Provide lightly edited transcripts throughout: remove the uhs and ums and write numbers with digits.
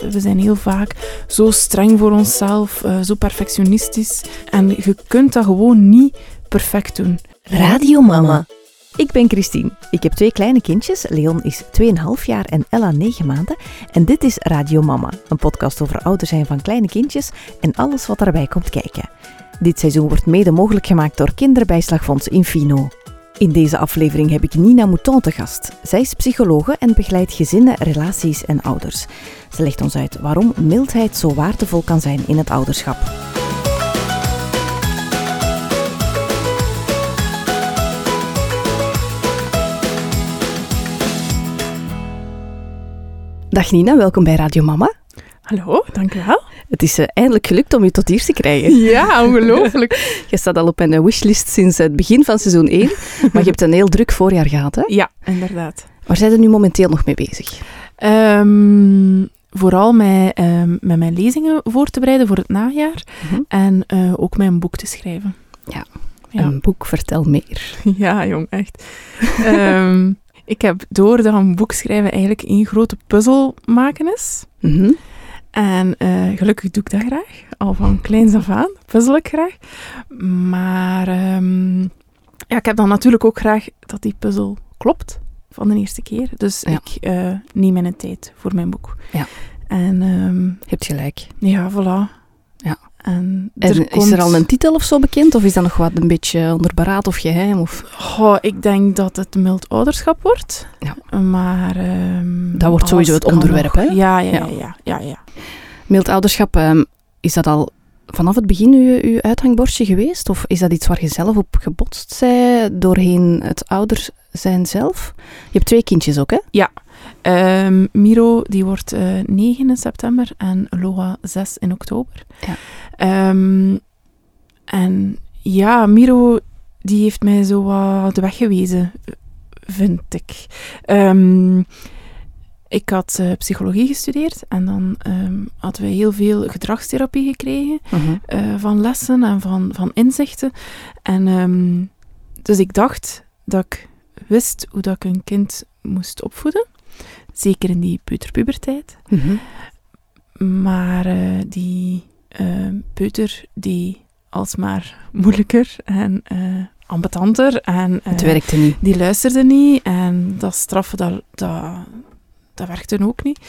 We zijn heel vaak zo streng voor onszelf, zo perfectionistisch. En je kunt dat gewoon niet perfect doen. Radio Mama. Ik ben Christine. Ik heb 2 kleine kindjes. Leon is 2,5 jaar en Ella 9 maanden. En dit is Radio Mama, een podcast over ouder zijn van kleine kindjes en alles wat daarbij komt kijken. Dit seizoen wordt mede mogelijk gemaakt door Kinderbijslagfonds Infino. In deze aflevering heb ik Nina Mouton te gast. Zij is psychologe en begeleidt gezinnen, relaties en ouders. Ze legt ons uit waarom mildheid zo waardevol kan zijn in het ouderschap. Dag Nina, welkom bij Radio Mama. Hallo, dank u wel. Het is eindelijk gelukt om je tot hier te krijgen. Ja, ongelooflijk. Je staat al op mijn wishlist sinds het begin van seizoen 1, maar je hebt een heel druk voorjaar gehad, hè? Ja, inderdaad. Waar zijn je nu momenteel nog mee bezig? Vooral met mijn lezingen voor te bereiden voor het najaar en ook mijn boek te schrijven. Ja, een boek, vertel meer. Ja, jong, echt. Ik heb door dat een boek schrijven eigenlijk één grote puzzel maken is. Mm-hmm. En gelukkig doe ik dat graag. Al van kleins af aan puzzel ik graag. Maar ik heb dan natuurlijk ook graag dat die puzzel klopt van de eerste keer. Dus ik neem mijn tijd voor mijn boek. Ja. En, je hebt gelijk. Ja, voilà. Ja. En is er al een titel of zo bekend? Of is dat nog wat een beetje onder beraad of geheim? Of? Ik denk dat het mild ouderschap wordt. Ja. Maar dat wordt sowieso het onderwerp, hè? Ja. Mild ouderschap, is dat al vanaf het begin uw uithangbordje geweest? Of is dat iets waar je zelf op gebotst bent doorheen het ouder zijn zelf? Je hebt 2 kindjes ook, hè? Ja. Miro, die wordt 9 in september en Loa 6 in oktober. Ja. En ja, Miro, die heeft mij zo wat de weg gewezen, vind ik. Ik had psychologie gestudeerd en dan hadden we heel veel gedragstherapie gekregen van lessen en van inzichten. En dus ik dacht dat ik wist hoe dat ik een kind moest opvoeden. Zeker in die peuterpuberteit. Mm-hmm. Maar die peuter die alsmaar moeilijker en ambetanter. En, het werkte niet. Die luisterde niet en dat straffen, dat werkte ook niet.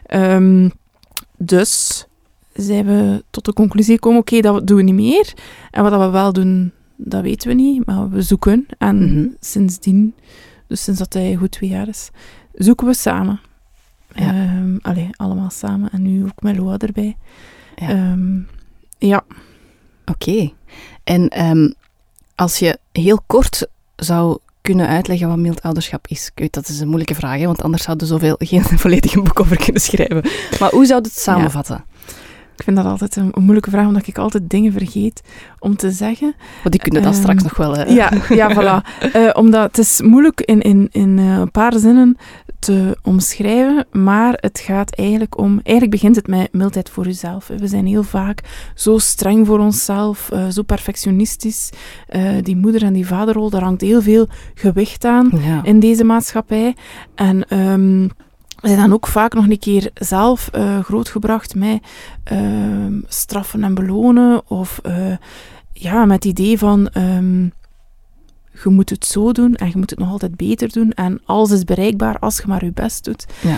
Dus zijn we tot de conclusie gekomen, oké, dat doen we niet meer. En wat we wel doen, dat weten we niet, maar we zoeken. En sindsdien, dus sinds dat hij goed 2 jaar is, zoeken we samen. Ja. Allemaal samen. En nu ook met Loa erbij. Ja. Ja. Oké. En als je heel kort zou kunnen uitleggen wat mild ouderschap is. Ik weet, dat is een moeilijke vraag, hè, want anders zouden we geen volledig boek over kunnen schrijven. Maar hoe zou je het samenvatten? Ja. Ik vind dat altijd een moeilijke vraag, omdat ik altijd dingen vergeet om te zeggen. Want die kunnen dan straks nog wel... Ja, voilà. Omdat het is moeilijk in een paar zinnen te omschrijven, maar het gaat eigenlijk om... Eigenlijk begint het met mildheid voor jezelf. We zijn heel vaak zo streng voor onszelf, zo perfectionistisch. Die moeder- en die vaderrol, daar hangt heel veel gewicht aan in deze maatschappij. En... we zijn dan ook vaak nog een keer zelf grootgebracht met straffen en belonen. Of met het idee van, je moet het zo doen en je moet het nog altijd beter doen. En alles is bereikbaar als je maar je best doet. Ja.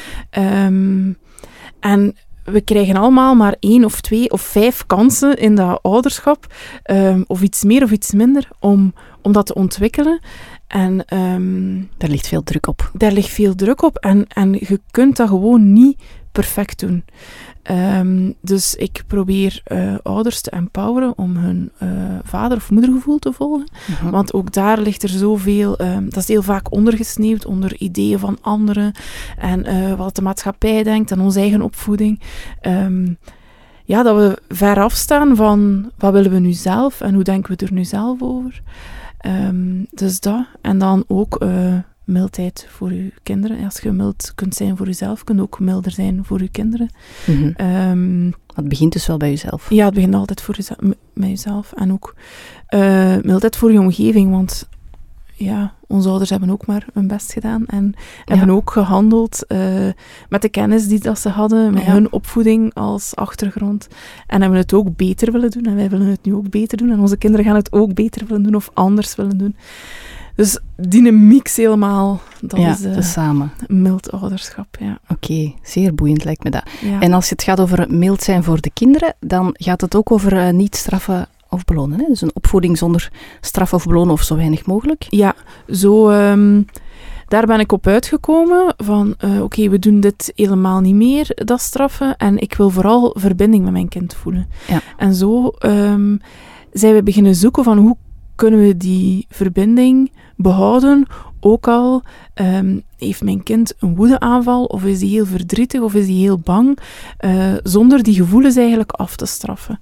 En we krijgen allemaal maar 1 of 2 of 5 kansen in dat ouderschap. Of iets meer of iets minder om dat te ontwikkelen. En daar ligt veel druk op. Daar ligt veel druk op en je kunt dat gewoon niet perfect doen. Dus ik probeer ouders te empoweren om hun vader- of moedergevoel te volgen. Uh-huh. Want ook daar ligt er zoveel... dat is heel vaak ondergesneeuwd onder ideeën van anderen en wat de maatschappij denkt en onze eigen opvoeding. Dat we ver afstaan van wat willen we nu zelf en hoe denken we er nu zelf over. Dus dat. En dan ook mildheid voor je kinderen. Als je mild kunt zijn voor jezelf, kun je ook milder zijn voor je kinderen. Mm-hmm. Het begint dus wel bij jezelf. Ja, het begint altijd met jezelf. En ook mildheid voor je omgeving, want onze ouders hebben ook maar hun best gedaan. En hebben ook gehandeld met de kennis die dat ze hadden, met hun opvoeding als achtergrond. En hebben het ook beter willen doen. En wij willen het nu ook beter doen. En onze kinderen gaan het ook beter willen doen of anders willen doen. Dus die mix helemaal, dat is samen. Mild ouderschap. Ja. Oké, zeer boeiend lijkt me dat. Ja. En als het gaat over mild zijn voor de kinderen, dan gaat het ook over niet straffen of belonen. Hè? Dus een opvoeding zonder straf of belonen of zo weinig mogelijk. Ja, zo... daar ben ik op uitgekomen van, oké, we doen dit helemaal niet meer, dat straffen. En ik wil vooral verbinding met mijn kind voelen. Ja. En zo zijn we beginnen zoeken van hoe kunnen we die verbinding behouden, ook al heeft mijn kind een woedeaanval, of is hij heel verdrietig, of is hij heel bang, zonder die gevoelens eigenlijk af te straffen.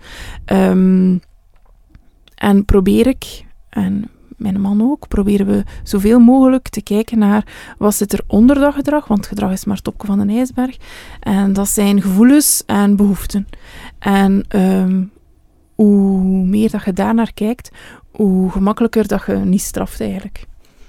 En probeer ik, en mijn man ook, proberen we zoveel mogelijk te kijken naar wat zit er onder dat gedrag, want gedrag is maar het topje van een ijsberg. En dat zijn gevoelens en behoeften. En hoe meer dat je daarnaar kijkt, hoe gemakkelijker dat je niet straft eigenlijk.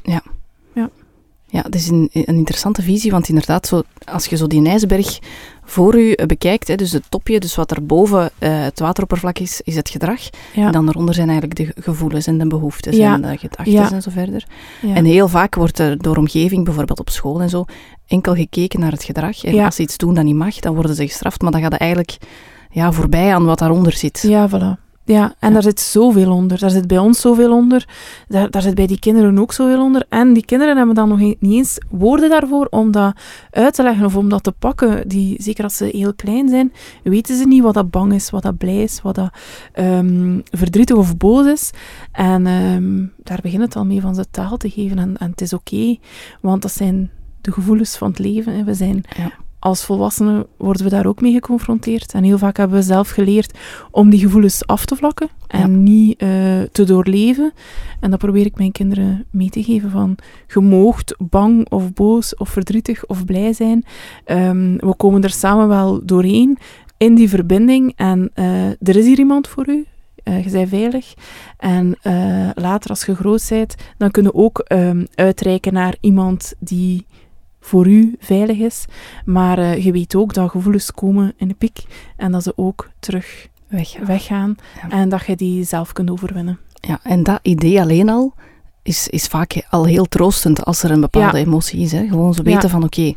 Ja, dat is een interessante visie, want inderdaad, als je zo die ijsberg voor je bekijkt, hè, dus het topje, dus wat er boven het wateroppervlak is het gedrag. Ja. En dan daaronder zijn eigenlijk de gevoelens en de behoeftes en de gedachten en zo verder. Ja. En heel vaak wordt er door omgeving, bijvoorbeeld op school en zo, enkel gekeken naar het gedrag. En als ze iets doen dat niet mag, dan worden ze gestraft, maar dan gaat het eigenlijk voorbij aan wat daaronder zit. Ja, voilà. Ja, en daar zit zoveel onder. Daar zit bij ons zoveel onder. Daar zit bij die kinderen ook zoveel onder. En die kinderen hebben dan nog niet eens woorden daarvoor om dat uit te leggen of om dat te pakken. Zeker als ze heel klein zijn, weten ze niet wat dat bang is, wat dat blij is, wat dat verdrietig of boos is. En daar begint het al mee van ze taal te geven. En het is oké, want dat zijn de gevoelens van het leven. Hè. We zijn... Ja. Als volwassenen worden we daar ook mee geconfronteerd. En heel vaak hebben we zelf geleerd om die gevoelens af te vlakken en niet te doorleven. En dat probeer ik mijn kinderen mee te geven van je moogt bang of boos of verdrietig of blij zijn. We komen er samen wel doorheen in die verbinding. En er is hier iemand voor u. Je bent veilig. En later als je groot bent, dan kunnen we ook uitreiken naar iemand die voor u veilig is. Maar je weet ook dat gevoelens komen in de piek en dat ze ook terug weggaan en dat je die zelf kunt overwinnen. Ja, en dat idee alleen al is vaak al heel troostend als er een bepaalde emotie is. Hè? Gewoon zo weten van oké,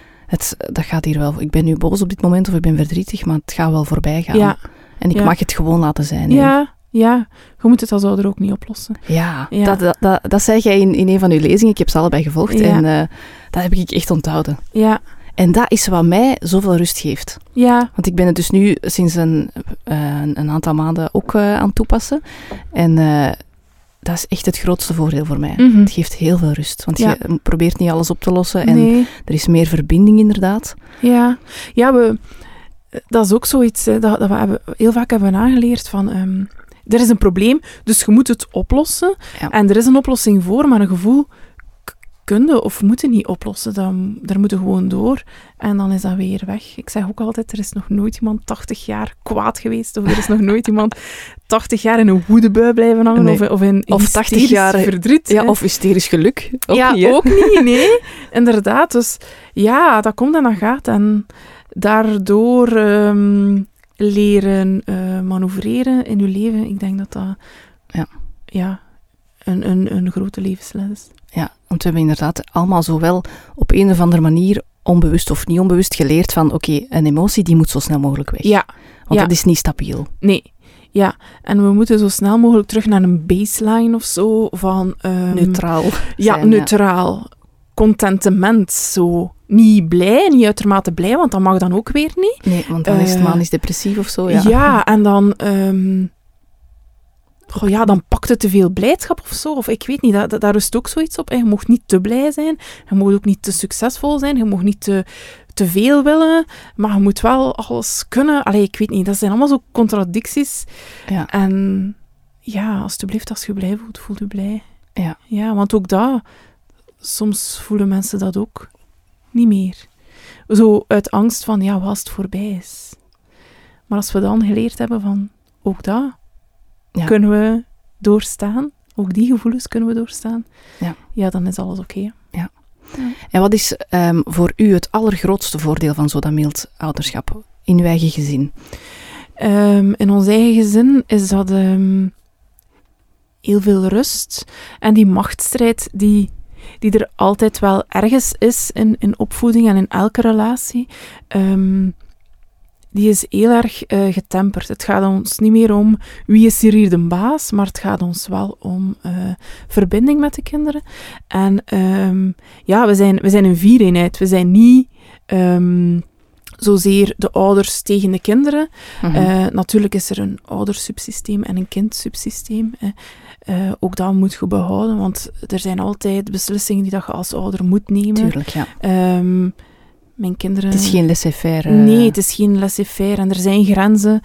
dat gaat hier wel. Ik ben nu boos op dit moment of ik ben verdrietig, maar het gaat wel voorbij gaan. Ja. En ik mag het gewoon laten zijn. Ja, je moet het als ouder ook niet oplossen. Ja. Dat zei jij in een van uw lezingen. Ik heb ze allebei gevolgd en dat heb ik echt onthouden. Ja. En dat is wat mij zoveel rust geeft. Ja. Want ik ben het dus nu sinds een aantal maanden ook aan het toepassen. En dat is echt het grootste voordeel voor mij. Mm-hmm. Het geeft heel veel rust. Want je probeert niet alles op te lossen. En er is meer verbinding inderdaad. Ja, dat is ook zoiets dat we heel vaak hebben aangeleerd van... er is een probleem, dus je moet het oplossen. Ja. En er is een oplossing voor, maar een gevoel kunnen of moeten niet oplossen. Daar moeten gewoon door. En dan is dat weer weg. Ik zeg ook altijd, er is nog nooit iemand 80 jaar kwaad geweest. Of er is nog nooit iemand 80 jaar in een woedebui blijven hangen. Nee. Of in 80 jaar verdriet. Ja, of hysterisch geluk. Ook niet, ook niet. Nee, inderdaad. Dus ja, dat komt en dat gaat. En daardoor... leren manoeuvreren in je leven, ik denk dat een grote levensles is. Ja, want we hebben inderdaad allemaal zowel op een of andere manier, onbewust of niet onbewust, geleerd van oké, een emotie die moet zo snel mogelijk weg. Ja. Want dat is niet stabiel. Nee. Ja, en we moeten zo snel mogelijk terug naar een baseline of zo van... neutraal. Ja, neutraal. Contentement, zo... Niet blij, niet uitermate blij, want dat mag dan ook weer niet. Nee, want dan is het manisch depressief of zo, Ja, en dan... dan pakt het te veel blijdschap of zo. Of ik weet niet, daar rust ook zoiets op. Je mag niet te blij zijn. Je mag ook niet te succesvol zijn. Je mag niet te veel willen. Maar je moet wel alles kunnen. Allee, ik weet niet, dat zijn allemaal zo contradicties. Ja. En ja, alsjeblieft, als je blij voelt, voel je blij. Ja, want ook dat... Soms voelen mensen dat ook... niet meer. Zo uit angst van, wat als het voorbij is. Maar als we dan geleerd hebben van, ook dat kunnen we doorstaan, ook die gevoelens kunnen we doorstaan, ja dan is alles oké. Ja. En wat is voor u het allergrootste voordeel van zo dat mild ouderschap in uw eigen gezin? In ons eigen gezin is dat heel veel rust en die machtsstrijd die er altijd wel ergens is in opvoeding en in elke relatie, die is heel erg getemperd. Het gaat ons niet meer om wie is hier de baas, maar het gaat ons wel om verbinding met de kinderen. En we zijn een viereenheid. We zijn niet zozeer de ouders tegen de kinderen. Natuurlijk is er een oudersubsysteem en een kindsubsysteem. Ook dat moet je behouden, want er zijn altijd beslissingen die dat je als ouder moet nemen. Tuurlijk, ja. Mijn kinderen... Het is geen laissez-faire. Nee, het is geen laissez-faire en er zijn grenzen.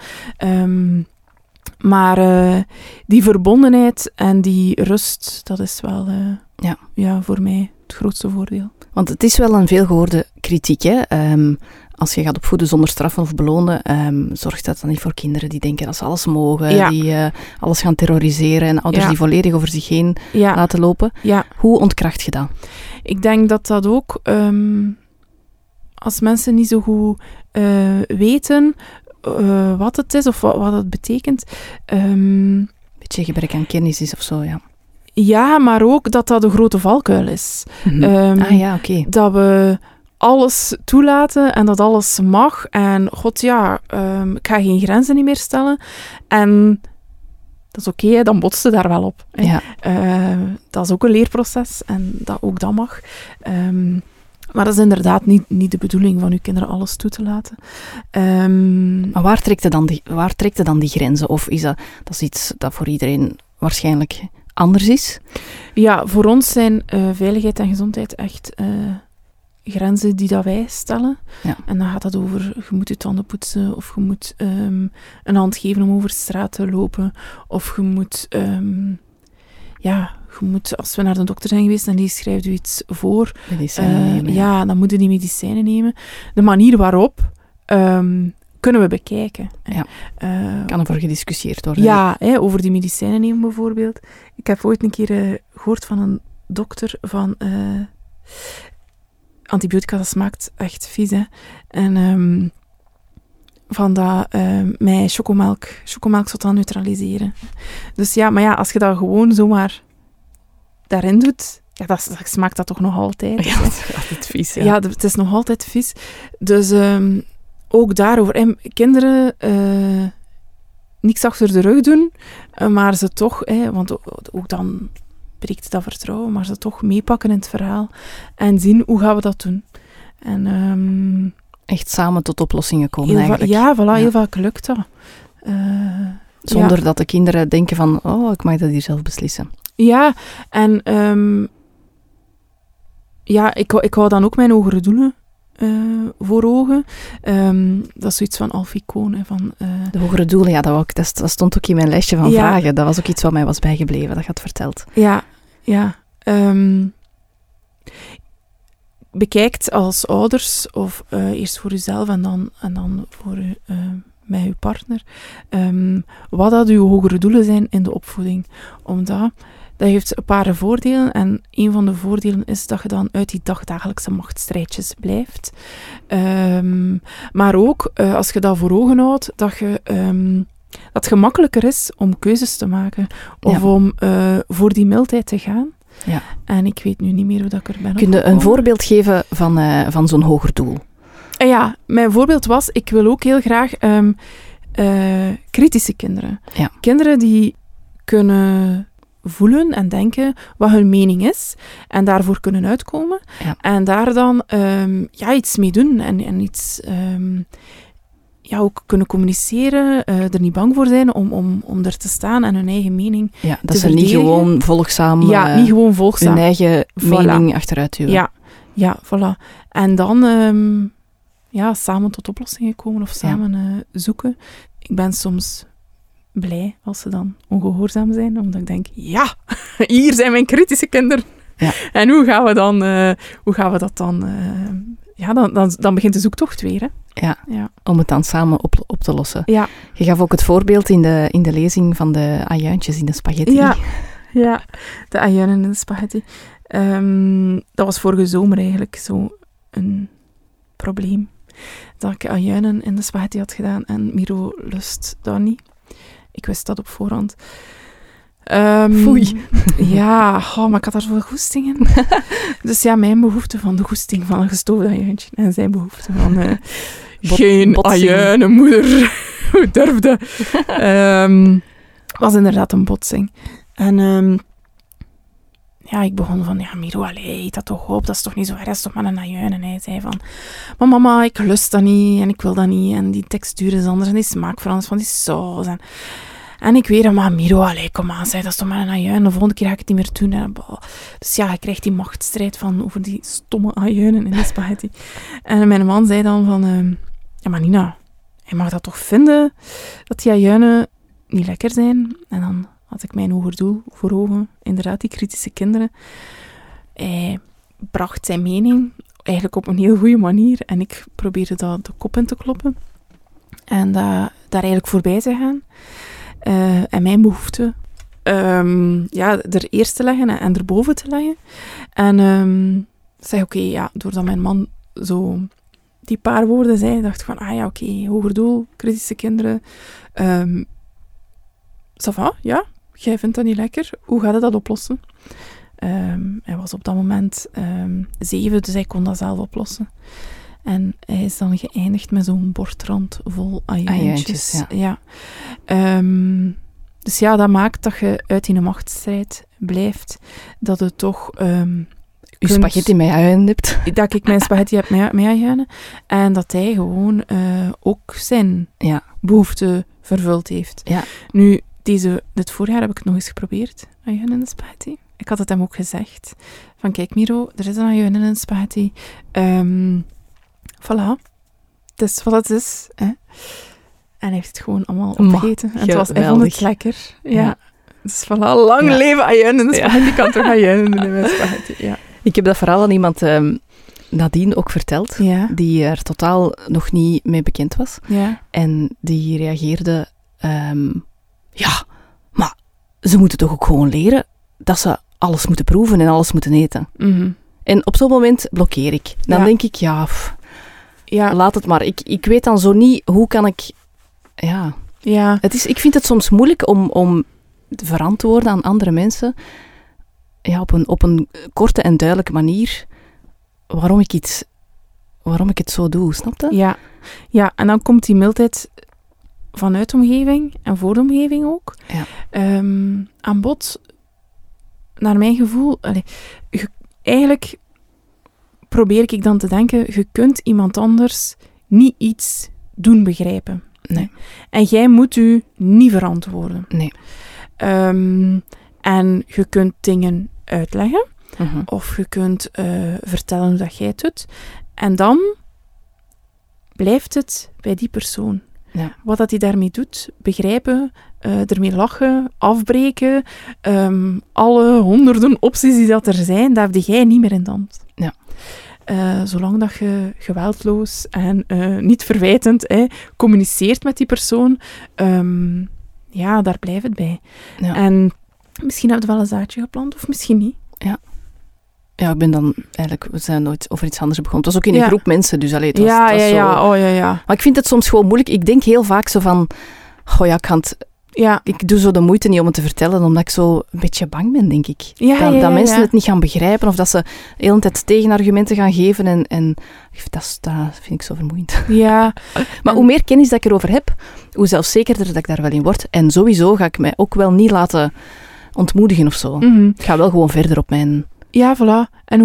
Maar die verbondenheid en die rust, dat is wel voor mij het grootste voordeel. Want het is wel een veelgehoorde kritiek, hè? Als je gaat opvoeden zonder straffen of belonen, zorgt dat dan niet voor kinderen die denken dat ze alles mogen, die alles gaan terroriseren en ouders die volledig over zich heen laten lopen. Ja. Hoe ontkracht je dat? Ik denk dat dat ook, als mensen niet zo goed weten wat het is of wat het betekent. Beetje gebrek aan kennis is of zo, ja. Ja, maar ook dat een grote valkuil is. Oké. Dat we alles toelaten en dat alles mag. En ik ga geen grenzen niet meer stellen. En dat is oké, dan botst je daar wel op. Ja. Dat is ook een leerproces en ook dat mag. Maar dat is inderdaad niet de bedoeling van uw kinderen alles toe te laten. Maar waar trekt je dan die grenzen? Of is dat is iets dat voor iedereen waarschijnlijk anders is? Ja, voor ons zijn veiligheid en gezondheid echt grenzen die dat wij stellen. Ja. En dan gaat dat over, je moet je tanden poetsen, of je moet een hand geven om over straat te lopen, of je moet, als we naar de dokter zijn geweest en die schrijft u iets voor, dan moeten die medicijnen nemen. De manier waarop kunnen we bekijken. Ja. Kan ervoor gediscussieerd worden. Ja, over die medicijnen nemen bijvoorbeeld. Ik heb ooit een keer gehoord van een dokter van antibiotica, dat smaakt echt vies, hè. En van dat met chocomelk zou dan neutraliseren. Dus ja, maar ja, als je dat gewoon zomaar daarin doet, ja, dat smaakt dat toch nog altijd. Ja, het is altijd vies. Ja, het is nog altijd vies. Dus ook daarover. Kinderen niks achter de rug doen, maar ze toch, want ook dan breekt dat vertrouwen, maar ze toch meepakken in het verhaal en zien hoe gaan we dat doen. En echt samen tot oplossingen komen eigenlijk. Heel vaak lukt dat. Zonder dat de kinderen denken van, ik mag dat hier zelf beslissen. Ja, en ik hou dan ook mijn hogere doelen voor ogen. Dat is zoiets van Alfie Kohn. De hogere doelen, ja, dat stond ook in mijn lijstje van vragen. Dat was ook iets wat mij was bijgebleven, dat je het vertelt. Ja. Bekijkt als ouders, of eerst voor uzelf en dan voor met uw partner, wat dat uw hogere doelen zijn in de opvoeding. Omdat dat heeft een paar voordelen. En een van de voordelen is dat je dan uit die dagdagelijkse machtsstrijdjes blijft. Maar ook, als je dat voor ogen houdt, dat het gemakkelijker is om keuzes te maken. Of om voor die mildheid te gaan. Ja. En ik weet nu niet meer hoe dat ik er ben. Kun je een voorbeeld geven van zo'n hoger doel? Ja, mijn voorbeeld was, ik wil ook heel graag kritische kinderen. Ja. Kinderen die kunnen voelen en denken wat hun mening is en daarvoor kunnen uitkomen. Ja. En daar dan iets mee doen en iets ook kunnen communiceren, er niet bang voor zijn om er te staan en hun eigen mening te verdedigen. Dat ze niet gewoon volgzaam hun eigen mening achteruit duwen. Ja, voilà. En dan samen tot oplossingen komen of samen zoeken. Ik ben soms blij als ze dan ongehoorzaam zijn, omdat ik denk, hier zijn mijn kritische kinderen. Ja. En hoe gaan we dat dan... Dan begint de zoektocht weer, hè. Ja, om het dan samen op te lossen. Ja. Je gaf ook het voorbeeld in de lezing van de ajuintjes in de spaghetti. Ja, de ajuinen in de spaghetti. Dat was vorige zomer eigenlijk zo een probleem. Dat ik ajuinen in de spaghetti had gedaan en Miro lust dat niet. Ik wist dat op voorhand. Foei. Ja, maar ik had daar zoveel goesting in. Dus ja, mijn behoefte van de goesting van een gestoofd ajuintje en zijn behoefte van geen ajuinen, moeder. Hoe durfde? Was inderdaad een botsing. En ik begon van, Miro, eet dat toch op, dat is toch niet zo erg, dat is toch maar een ajuin. En hij zei van, maar mama, ik lust dat niet en ik wil dat niet. En die textuur is anders en die smaak verandert van die saus. En ik weet, maar Miro, kom aan, dat is toch maar een ajuin. De volgende keer ga ik het niet meer doen. En dus ja, je krijgt die machtsstrijd van over die stomme ajuinen in de spaghetti. En mijn man zei dan van, maar Nina, je mag dat toch vinden, dat die ajuinen niet lekker zijn. En dan had ik mijn hoger doel voor ogen. Inderdaad, die kritische kinderen. Hij bracht zijn mening eigenlijk op een heel goede manier. En ik probeerde dat de kop in te kloppen. En daar eigenlijk voorbij te gaan. En mijn behoefte er eerst te leggen en erboven te leggen. En zeg oké, doordat mijn man zo die paar woorden zei, dacht ik van, oké, hoger doel, kritische kinderen. Ça va, ja, jij vindt dat niet lekker. Hoe gaat hij dat oplossen? Hij was op dat moment 7, dus hij kon dat zelf oplossen. En hij is dan geëindigd met zo'n bordrand vol ajuintjes. Ja. Dus ja, dat maakt dat je uit die machtsstrijd blijft. Dat het toch... je spaghetti met ajuinen hebt. Dat ik mijn spaghetti heb met ajuinen. En dat hij gewoon ook zijn behoefte vervuld heeft. Ja. Nu, dit voorjaar heb ik het nog eens geprobeerd. Ajuinen in de spaghetti. Ik had het hem ook gezegd. Van kijk Miro, er is een ajuinen in de spaghetti. Voilà. Het is wat het is. Hè. En hij heeft het gewoon allemaal opgegeten. En hij vond het lekker. Ja. Dus voilà, lang leven ajuinen in de spaghetti. Ik kan toch ajuinen in de spaghetti. Ja. Ik heb dat verhaal aan iemand nadien ook verteld. Ja. Die er totaal nog niet mee bekend was. Ja. En die reageerde... maar ze moeten toch ook gewoon leren dat ze alles moeten proeven en alles moeten eten. Mm-hmm. En op zo'n moment blokkeer ik. Dan denk ik, laat het maar. Ik weet dan zo niet, hoe kan ik... Ja. Ik vind het soms moeilijk om te verantwoorden aan andere mensen, op een korte en duidelijke manier, waarom ik het zo doe, snap je? Ja, en dan komt die mildheid vanuit de omgeving en voor de omgeving ook. Ja. Aan bod, naar mijn gevoel, eigenlijk probeer ik dan te denken, je kunt iemand anders niet iets doen begrijpen. Nee. En jij moet u niet verantwoorden. Nee. En je kunt dingen uitleggen, of je kunt vertellen hoe dat jij het doet. En dan blijft het bij die persoon. Ja. Wat dat hij daarmee doet, begrijpen, ermee lachen, afbreken, alle honderden opties die dat er zijn, dat heb jij niet meer in de hand. Ja. Zolang dat je geweldloos en niet verwijtend communiceert met die persoon, daar blijft het bij. Ja. En misschien heb je wel een zaadje geplant, of misschien niet. Ja. Ja, ik ben dan eigenlijk... We zijn nooit over iets anders begonnen. Het was ook in een groep mensen, dus het was zo... Maar ik vind het soms gewoon moeilijk. Ik denk heel vaak zo van... ik doe zo de moeite niet om het te vertellen, omdat ik zo een beetje bang ben, denk ik. Dat mensen het niet gaan begrijpen, of dat ze de hele tijd tegenargumenten gaan geven. En dat vind ik zo vermoeiend. Ja. Maar hoe meer kennis dat ik erover heb, hoe zelfzekerder dat ik daar wel in word. En sowieso ga ik mij ook wel niet laten ontmoedigen of zo. Mm-hmm. Ik ga wel gewoon verder op mijn... Ja, voilà. En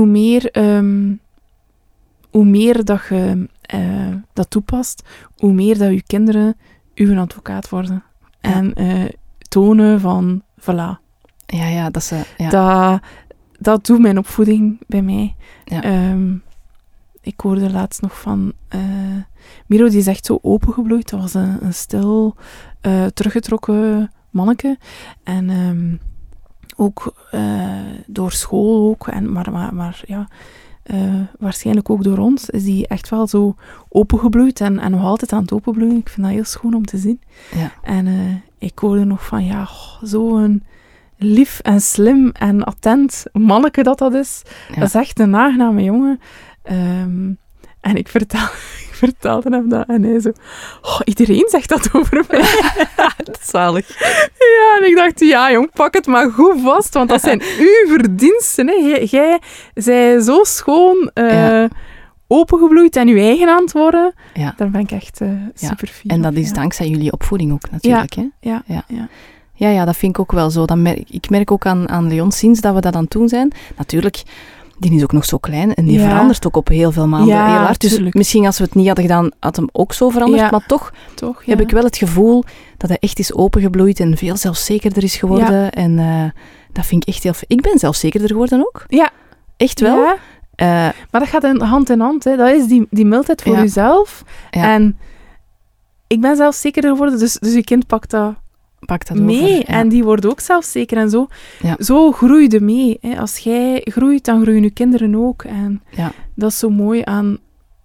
hoe meer dat je dat toepast, hoe meer dat je kinderen uw advocaat worden. Ja. En tonen van, voilà. Ja, dat ze... Ja. Dat doet mijn opvoeding bij mij. Ja. Ik hoorde laatst nog van... Miro, die is echt zo opengebloeid. Dat was een stil, teruggetrokken manneke. En... ook door school ook, maar waarschijnlijk ook door ons, is die echt wel zo opengebloeid en nog altijd aan het openbloeien. Ik vind dat heel schoon om te zien. Ja. En ik hoorde nog van, zo'n lief en slim en attent manneke dat is. Ja. Dat is echt een aangename jongen. En ik vertelde hem dat en hij zo... Oh, iedereen zegt dat over mij. Zalig. Ja, en ik dacht, ja jong, pak het maar goed vast, want dat zijn uw verdiensten. Hè. Jij zij zo schoon opengebloeid en uw eigen aan het worden. Ja. Daar ben ik echt super fier. En dat is dankzij jullie opvoeding ook natuurlijk. Hè? Ja. Dat vind ik ook wel zo. Ik merk ook aan Leon, sinds dat we dat aan het doen zijn, natuurlijk... Die is ook nog zo klein en die verandert ook op heel veel maanden heel hard. Dus misschien als we het niet hadden gedaan, had hem ook zo veranderd. Ja. Maar toch heb ik wel het gevoel dat hij echt is opengebloeid en veel zelfzekerder is geworden. Ja. En dat vind ik echt heel... Ik ben zelfzekerder geworden ook. Ja. Echt wel. Ja. Maar dat gaat hand in hand. Hè. Dat is die mildheid voor jezelf. Ja. En ik ben zelfzekerder geworden, dus je kind pakt dat mee. Over, ja. En die worden ook zelfzeker en zo. Ja. Zo groei je mee. Hè. Als jij groeit, dan groeien je kinderen ook. En dat is zo mooi aan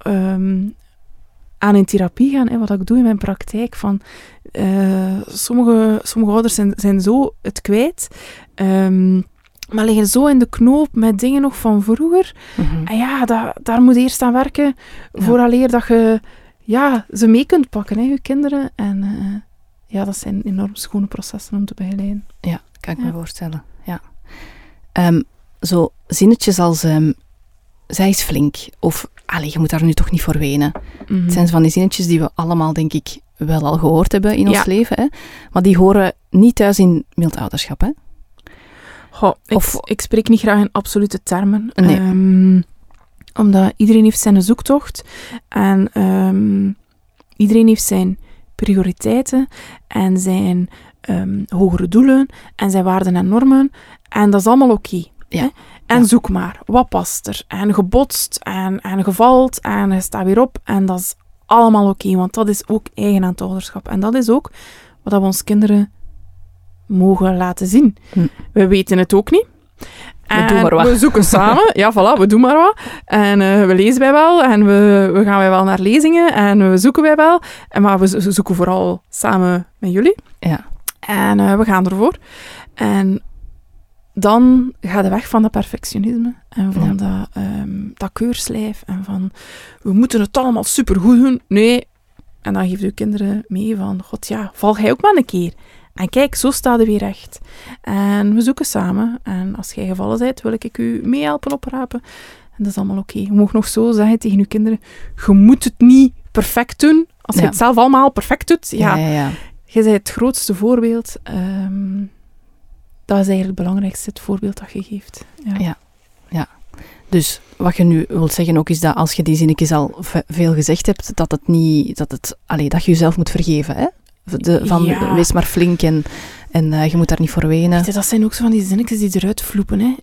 in therapie gaan. Hè, wat ik doe in mijn praktijk. Van, sommige ouders zijn zo het kwijt. Maar liggen zo in de knoop met dingen nog van vroeger. Mm-hmm. En daar moet je eerst aan werken. Vooraleer dat je ze mee kunt pakken, hè, je kinderen. En... dat zijn enorm schone processen om te begeleiden. Ja, kan ik me voorstellen. Ja. Zo zinnetjes als... zij is flink. Of, je moet daar nu toch niet voor wenen. Mm-hmm. Het zijn van die zinnetjes die we allemaal, denk ik, wel al gehoord hebben in ons leven. Hè? Maar die horen niet thuis in mild ouderschap, hè? Ik spreek niet graag in absolute termen. Nee. Omdat iedereen heeft zijn zoektocht. En iedereen heeft zijn... prioriteiten en zijn hogere doelen en zijn waarden en normen. En dat is allemaal oké. Ja. En zoek maar. Wat past er? En gebotst en gevalt en je staat weer op. En dat is allemaal oké, want dat is ook eigen aan het ouderschap. En dat is ook wat we ons kinderen mogen laten zien. We weten het ook niet. We doen maar wat. We zoeken samen. Ja, voilà, we doen maar wat. En we lezen wij wel. En we gaan wij wel naar lezingen. En we zoeken wij wel. Maar we zoeken vooral samen met jullie. Ja. En we gaan ervoor. En dan ga je weg van dat perfectionisme. En van dat keurslijf. En van, we moeten het allemaal supergoed doen. Nee. En dan geef je kinderen mee van, god ja, val jij ook maar een keer. En kijk, zo sta je weer recht. En we zoeken samen. En als jij gevallen bent, wil ik u meehelpen oprapen. En dat is allemaal oké. Je mag nog zo zeggen tegen je kinderen, je moet het niet perfect doen. Als je het zelf allemaal perfect doet, je bent het grootste voorbeeld. Dat is eigenlijk het belangrijkste, het voorbeeld dat je geeft. Ja. Dus wat je nu wilt zeggen ook is dat als je die zinnetjes al veel gezegd hebt, dat je jezelf moet vergeven, hè? Wees maar flink en je moet daar niet voor wenen. Weet je, dat zijn ook zo van die zinnetjes die eruit vloepen. Hè.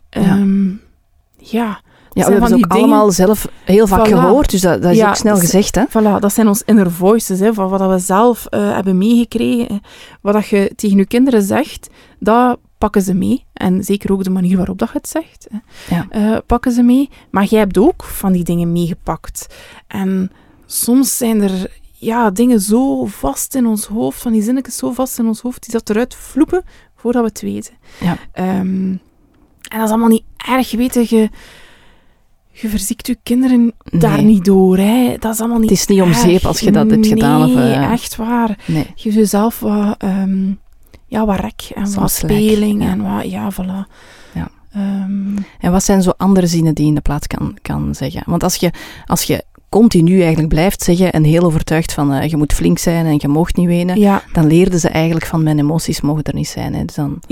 We hebben ze ook allemaal zelf heel vaak gehoord, dus dat is ook snel gezegd. Hè? Voilà, dat zijn ons inner voices, hè, van wat we zelf hebben meegekregen. Wat je tegen je kinderen zegt, dat pakken ze mee. En zeker ook de manier waarop dat je het zegt. Pakken ze mee. Maar jij hebt ook van die dingen meegepakt. En soms zijn er... dingen zo vast in ons hoofd, van die zinnetjes zo vast in ons hoofd, die dat eruit vloepen, voordat we het weten. Ja. En dat is allemaal niet erg, weten je verziekt je kinderen daar niet door. Hè. Dat is allemaal niet Het is niet om zeep als je dat hebt gedaan. Nee, echt waar. Nee. Geef jezelf wat rek en wat speling. En wat, voilà. Ja. En wat zijn zo andere zinnen die je in de plaats kan zeggen? Want als je continu eigenlijk blijft zeggen en heel overtuigd van je moet flink zijn en je mag niet wenen, dan leerden ze eigenlijk van mijn emoties mogen er niet zijn. Hè. Dus dan,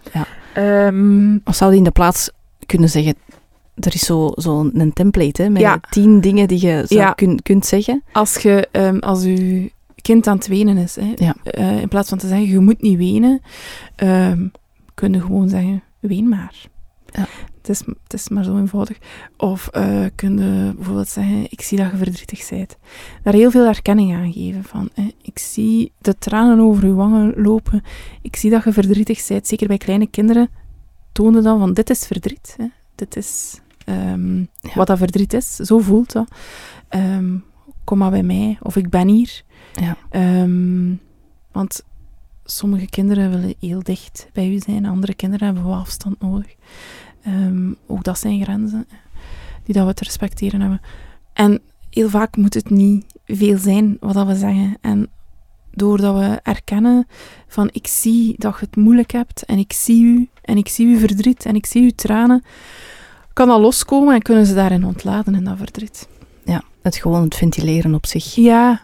of zou die in de plaats kunnen zeggen, er is zo een template hè, met 10 dingen die je kunt zeggen. Als je kind aan het wenen is, hè, in plaats van te zeggen, je moet niet wenen, kun je gewoon zeggen, ween maar. Ja. Het is maar zo eenvoudig. Of kun je bijvoorbeeld zeggen, ik zie dat je verdrietig bent. Daar heel veel erkenning aan geven. Van, ik zie de tranen over je wangen lopen. Ik zie dat je verdrietig bent. Zeker bij kleine kinderen tonen dan van, dit is verdriet. Hè. Dit is wat dat verdriet is. Zo voelt dat. Kom maar bij mij. Of ik ben hier. Ja. Want sommige kinderen willen heel dicht bij u zijn, andere kinderen hebben wel afstand nodig. Ook dat zijn grenzen die dat we te respecteren hebben. En heel vaak moet het niet veel zijn wat dat we zeggen. En doordat we erkennen van ik zie dat je het moeilijk hebt en ik zie u en ik zie uw verdriet en ik zie uw tranen, kan dat loskomen en kunnen ze daarin ontladen in dat verdriet. Ja, het ventileren op zich. Ja.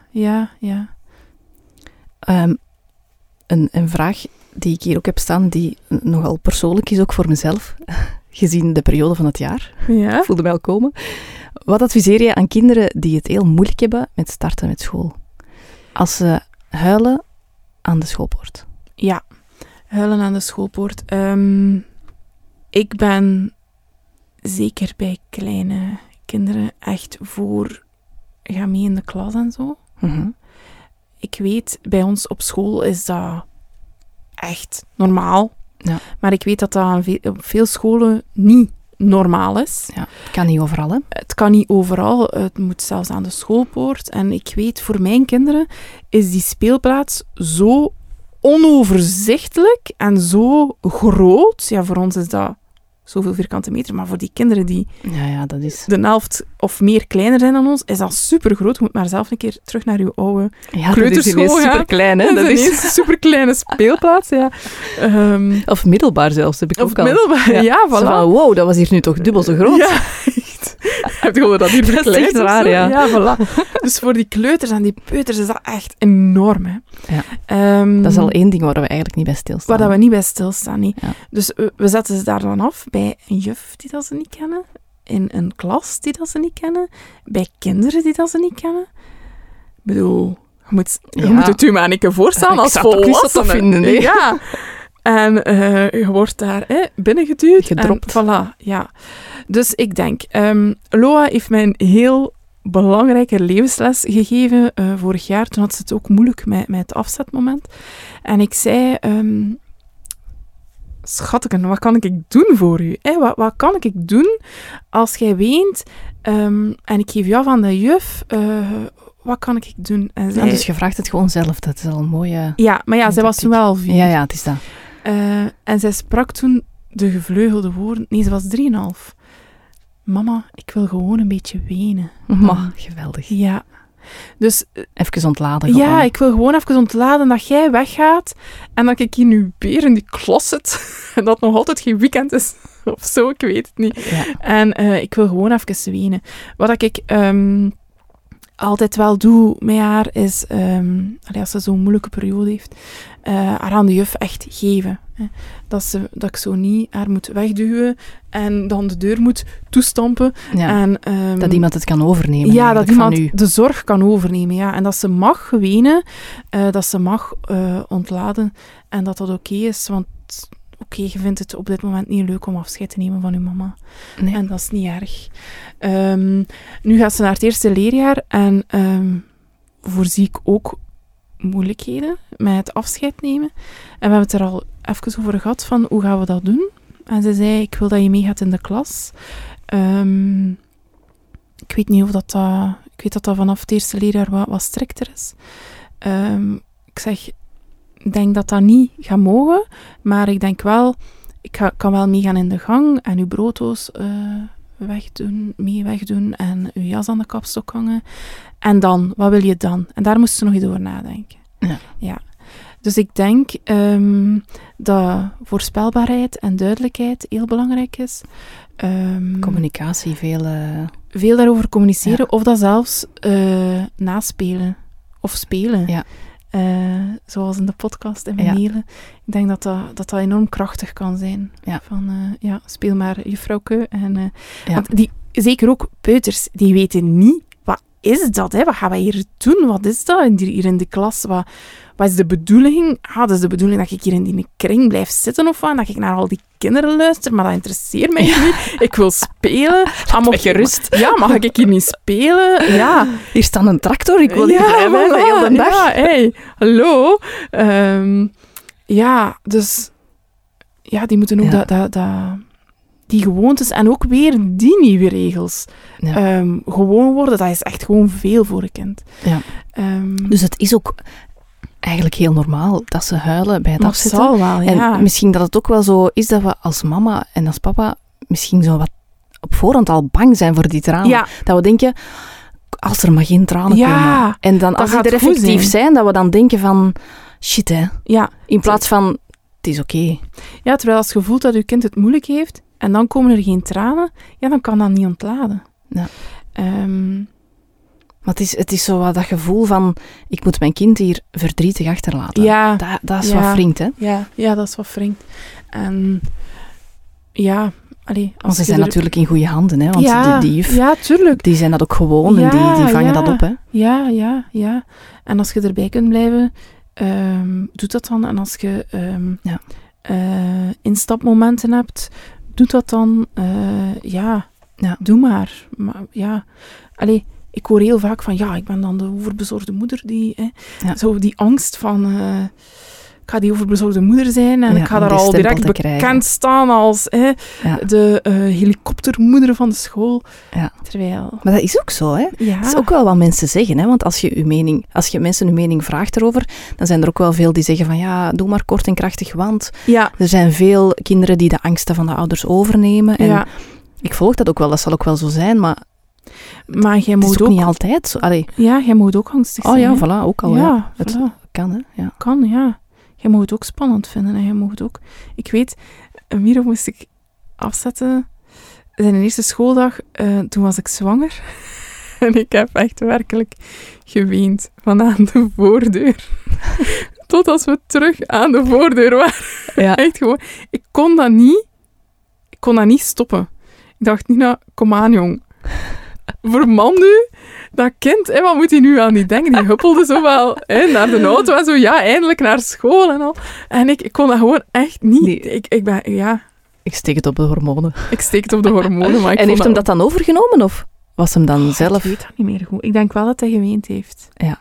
Een vraag die ik hier ook heb staan, die nogal persoonlijk is, ook voor mezelf, gezien de periode van het jaar. Ja. Ik voelde mij al komen. Wat adviseer je aan kinderen die het heel moeilijk hebben met starten met school? Als ze huilen aan de schoolpoort. Ja, huilen aan de schoolpoort. Ik ben zeker bij kleine kinderen echt voor ga mee in de klas en zo. Mm-hmm. Ik weet, bij ons op school is dat echt normaal. Ja. Maar ik weet dat dat op veel scholen niet normaal is. Ja, het kan niet overal, hè? Het kan niet overal. Het moet zelfs aan de schoolpoort. En ik weet, voor mijn kinderen is die speelplaats zo onoverzichtelijk en zo groot. Ja, voor ons is dat zoveel vierkante meter, maar voor die kinderen die Ja, dat is... de helft of meer kleiner zijn dan ons, is dat supergroot. Je moet maar zelf een keer terug naar uw oude kleuterschool gaan. Superklein, hè? Dat is een superkleine speelplaats, ja. Of middelbaar zelfs, heb ik ook al. Middelbaar, ja, voilà. Zo van, wow, dat was hier nu toch dubbel zo groot? Ja, echt. Heb je gehoord dat hier verkleind echt raar, ja. Ja, voilà. Dus voor die kleuters en die peuters is dat echt enorm, hè. Ja. Dat is al één ding waar we eigenlijk niet bij stilstaan. Waar we niet bij stilstaan, nee. Ja. Dus we zetten ze daar dan af bij een juf die dat ze niet kennen, in een klas die dat ze niet kennen, bij kinderen die dat ze niet kennen. Ik bedoel, je moet het u maar een keer voorstellen als volwassene. Vinden, nee. Ja. En je wordt daar binnengeduwd. Gedropt. En voilà, ja. Dus ik denk, Loa heeft mij een heel belangrijke levensles gegeven vorig jaar. Toen had ze het ook moeilijk met het afzetmoment. En ik zei, schatken, wat kan ik doen voor u? Wat kan ik doen als jij weent en ik geef je af aan de juf? Wat kan ik doen? En zij, dus je vraagt het gewoon zelf. Dat is al een mooie... Ja, maar ja, zij was toen wel al 4. Ja, het is dat. En zij sprak toen de gevleugelde woorden. Nee, ze was 3,5. Mama, ik wil gewoon een beetje wenen. Geweldig. Ja. Dus... Even ontladen. Ja, gewoon. ik wil gewoon even ontladen dat jij weggaat en dat ik hier nu weer in die klas zit en dat nog altijd geen weekend is of zo, ik weet het niet. Ja. En ik wil gewoon even wenen. Wat ik altijd wel doe met haar is, als ze zo'n moeilijke periode heeft, haar aan de juf echt geven. Hè. Dat ik zo niet haar moet wegduwen en dan de deur moet toestampen. Ja, en, dat iemand het kan overnemen. Ja, dat iemand van u. de zorg kan overnemen. Ja. En dat ze mag wenen, dat ze mag ontladen en dat oké is, want je vindt het op dit moment niet leuk om afscheid te nemen van je mama. Nee. En dat is niet erg. Nu gaat ze naar het eerste leerjaar en voorzie ik ook moeilijkheden met het afscheid nemen. En we hebben het er al even over gehad van hoe gaan we dat doen. En ze zei, ik wil dat je meegaat in de klas. Ik weet niet of dat... Ik weet dat dat vanaf het eerste leerjaar wat strikter is. Ik zeg... Ik denk dat dat niet gaat mogen, maar ik denk wel, kan wel meegaan in de gang en uw brooddoos wegdoen en uw jas aan de kapstok hangen. En dan, wat wil je dan? En daar moest ze nog eens over nadenken. Ja. Dus ik denk dat voorspelbaarheid en duidelijkheid heel belangrijk is. Communicatie, veel daarover communiceren, of dat zelfs naspelen of spelen. Ja. Zoals in de podcast en mailen. Ik denk dat enorm krachtig kan zijn. Ja. Van, speel maar juffrouwke. Want zeker ook peuters, die weten niet, wat is dat? Hè? Wat gaan wij hier doen? Wat is dat hier in de klas? Wat is de bedoeling? Dat is de bedoeling dat ik hier in die kring blijf zitten of wat? Dat ik naar al die kinderen luister, maar dat interesseert mij niet. Ik wil spelen. Gerust. Ja, mag ik hier niet spelen? Ja. Hier staat een tractor, ik wil hier blijven de hele dag. Ja, hey, hallo. Dus... Ja, die moeten ook die gewoontes en ook weer die nieuwe regels gewoon worden. Dat is echt gewoon veel voor een kind. Ja. Dus het is ook... eigenlijk heel normaal dat ze huilen bij het Maar afzetten. zal wel, ja. En misschien dat het ook wel zo is dat we als mama en als papa misschien zo wat op voorhand al bang zijn voor die tranen. Ja. Dat we denken, als er maar geen tranen Ja, komen. En dan dat als die gaat er goed effectief zijn, dat we dan denken van, shit hè. Ja. In plaats van, het is oké. Ja, terwijl als je voelt dat je kind het moeilijk heeft en dan komen er geen tranen, ja, dan kan dat niet ontladen. Ja. Maar het is zo wat dat gevoel van, ik moet mijn kind hier verdrietig achterlaten. Ja. Dat is wat wringt, hè. Ja, dat is wat wringt. En ja, allee, Want ze zijn natuurlijk in goede handen, hè. Want die juf, ja, tuurlijk. die zijn dat ook gewoon en die vangen dat op, hè. Ja. En als je erbij kunt blijven, doe dat dan. En als je instapmomenten hebt, doe dat dan. Doe maar. Maar ja, allee, ik hoor heel vaak van, ik ben dan de overbezorgde moeder die, zo die angst van, ik ga die overbezorgde moeder zijn en ik ga daar al direct bekend staan als de helikoptermoeder van de school. Ja. Terwijl... Maar dat is ook zo, hè. Ja. Dat is ook wel wat mensen zeggen, hè. Want als je mensen hun mening vraagt erover, dan zijn er ook wel veel die zeggen van, doe maar kort en krachtig, want er zijn veel kinderen die de angsten van de ouders overnemen. En ik volg dat ook wel, dat zal ook wel zo zijn, maar jij moet ook niet altijd zo. Allee. Ja, jij moet ook angstig zijn. Oh ja, voilà, ook al. Ja. Het kan, hè. Ja. Kan, ja. Jij moet het ook spannend vinden. En jij moet ook... Ik weet, Miro moest ik afzetten. Zijn eerste schooldag, toen was ik zwanger. En ik heb echt werkelijk geweend van aan de voordeur. Tot als we terug aan de voordeur waren. Ja. Echt gewoon. Ik kon dat niet stoppen. Ik dacht, Nina, kom aan, jong. Verman nu, dat kind, wat moet hij nu aan die denken? Die huppelde zo wel naar de auto en zo, eindelijk naar school en al. En ik kon dat gewoon echt niet. Nee. Ik steek het op de hormonen. Ik steek het op de hormonen, maar en heeft hem dat dan overgenomen, of was hem dan zelf... Ik weet dat niet meer goed. Ik denk wel dat hij geweend heeft. Ja.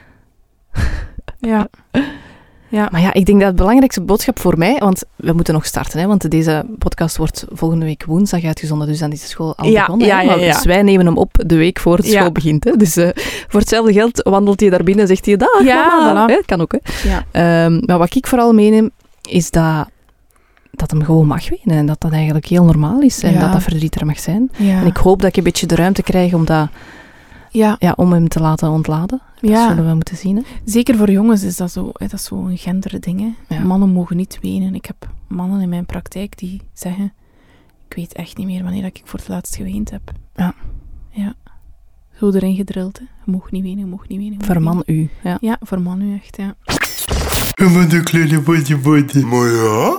Ja. Ja. Maar ik denk dat het belangrijkste boodschap voor mij, want we moeten nog starten, hè, want deze podcast wordt volgende week woensdag uitgezonden, dus dan is de school al begonnen. Ja. Dus wij nemen hem op de week voor de school begint. Hè. Dus voor hetzelfde geld wandelt hij daar binnen en zegt hij, dag mama. Voilà. Kan ook, hè. Ja. Maar wat ik vooral meeneem, is dat hem gewoon mag wenen en dat dat eigenlijk heel normaal is en dat verdriet er mag zijn. Ja. En ik hoop dat ik een beetje de ruimte krijg om dat... om hem te laten ontladen. Dat zullen we moeten zien. Hè? Zeker voor jongens is dat zo. Dat is zo'n genderding. Ja. Mannen mogen niet wenen. Ik heb mannen in mijn praktijk die zeggen... Ik weet echt niet meer wanneer ik voor het laatst geweend heb. Ja. Zo erin gedrild. Hè. Je mag niet wenen, je mag niet wenen. Verman u. Ja, verman u echt, ja. Wat een kleine body. Maar ja.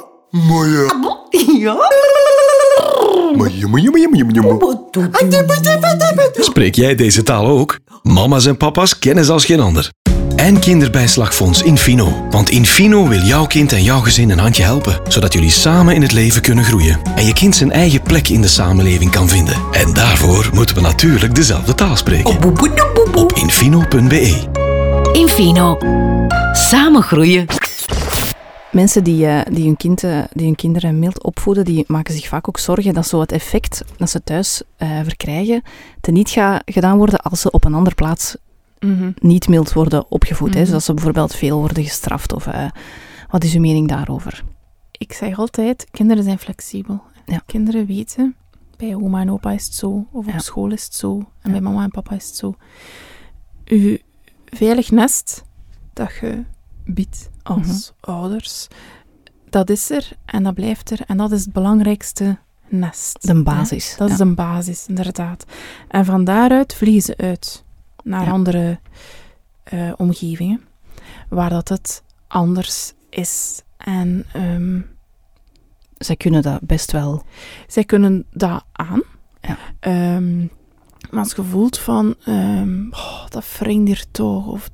Spreek jij deze taal ook? Mama's en papa's kennen ze als geen ander. En Kinderbijslagfonds Infino. Want Infino wil jouw kind en jouw gezin een handje helpen, zodat jullie samen in het leven kunnen groeien. En je kind zijn eigen plek in de samenleving kan vinden. En daarvoor moeten we natuurlijk dezelfde taal spreken. Op infino.be. Infino. Samen groeien. Mensen die hun kinderen mild opvoeden, die maken zich vaak ook zorgen dat zo het effect dat ze thuis verkrijgen, teniet gedaan worden als ze op een andere plaats niet mild worden opgevoed. Hè? Zoals ze bijvoorbeeld veel worden gestraft. Of, wat is uw mening daarover? Ik zeg altijd, kinderen zijn flexibel. Ja. Kinderen weten, bij oma en opa is het zo, of op school is het zo, en bij mama en papa is het zo. Uw veilig nest, dat je biedt als ouders, dat is er en dat blijft er. En dat is het belangrijkste nest. De basis. Dat is een basis, inderdaad. En van daaruit vliegen ze uit naar andere omgevingen, waar dat het anders is. En zij kunnen dat best wel. Zij kunnen dat aan. Ja. Maar als je voelt van, dat wringt hier toch, of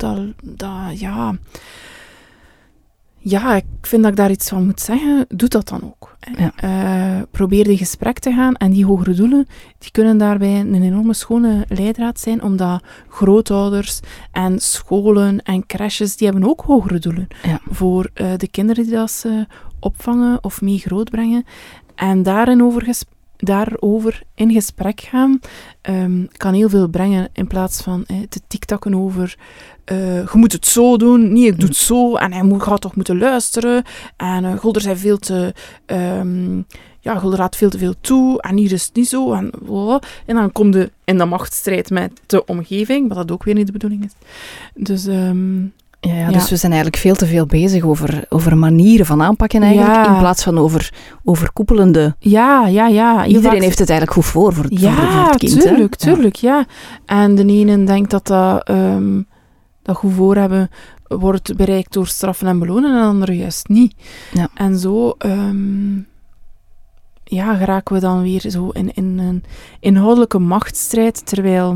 ja, ik vind dat ik daar iets van moet zeggen, doe dat dan ook. Ja. Probeer in gesprek te gaan en die hogere doelen, die kunnen daarbij een enorme schone leidraad zijn, omdat grootouders en scholen en crèches, die hebben ook hogere doelen voor de kinderen die dat ze opvangen of mee grootbrengen. En daarin over daarover in gesprek gaan kan heel veel brengen in plaats van te tiktakken over je moet het zo doen, niet ik doe het zo en hij gaat toch moeten luisteren en Gulder zei veel te Gulder raadt veel te veel toe en hier is het niet zo en dan kom je in de machtsstrijd met de omgeving, wat dat ook weer niet de bedoeling is. Dus dus we zijn eigenlijk veel te veel bezig over manieren van aanpakken eigenlijk, in plaats van overkoepelende... Ja. Iedereen heeft het eigenlijk goed voor het kind. Tuurlijk. En de ene denkt dat goed voor hebben wordt bereikt door straffen en belonen en de andere juist niet. Ja. En zo geraken we dan weer zo in een inhoudelijke machtsstrijd, terwijl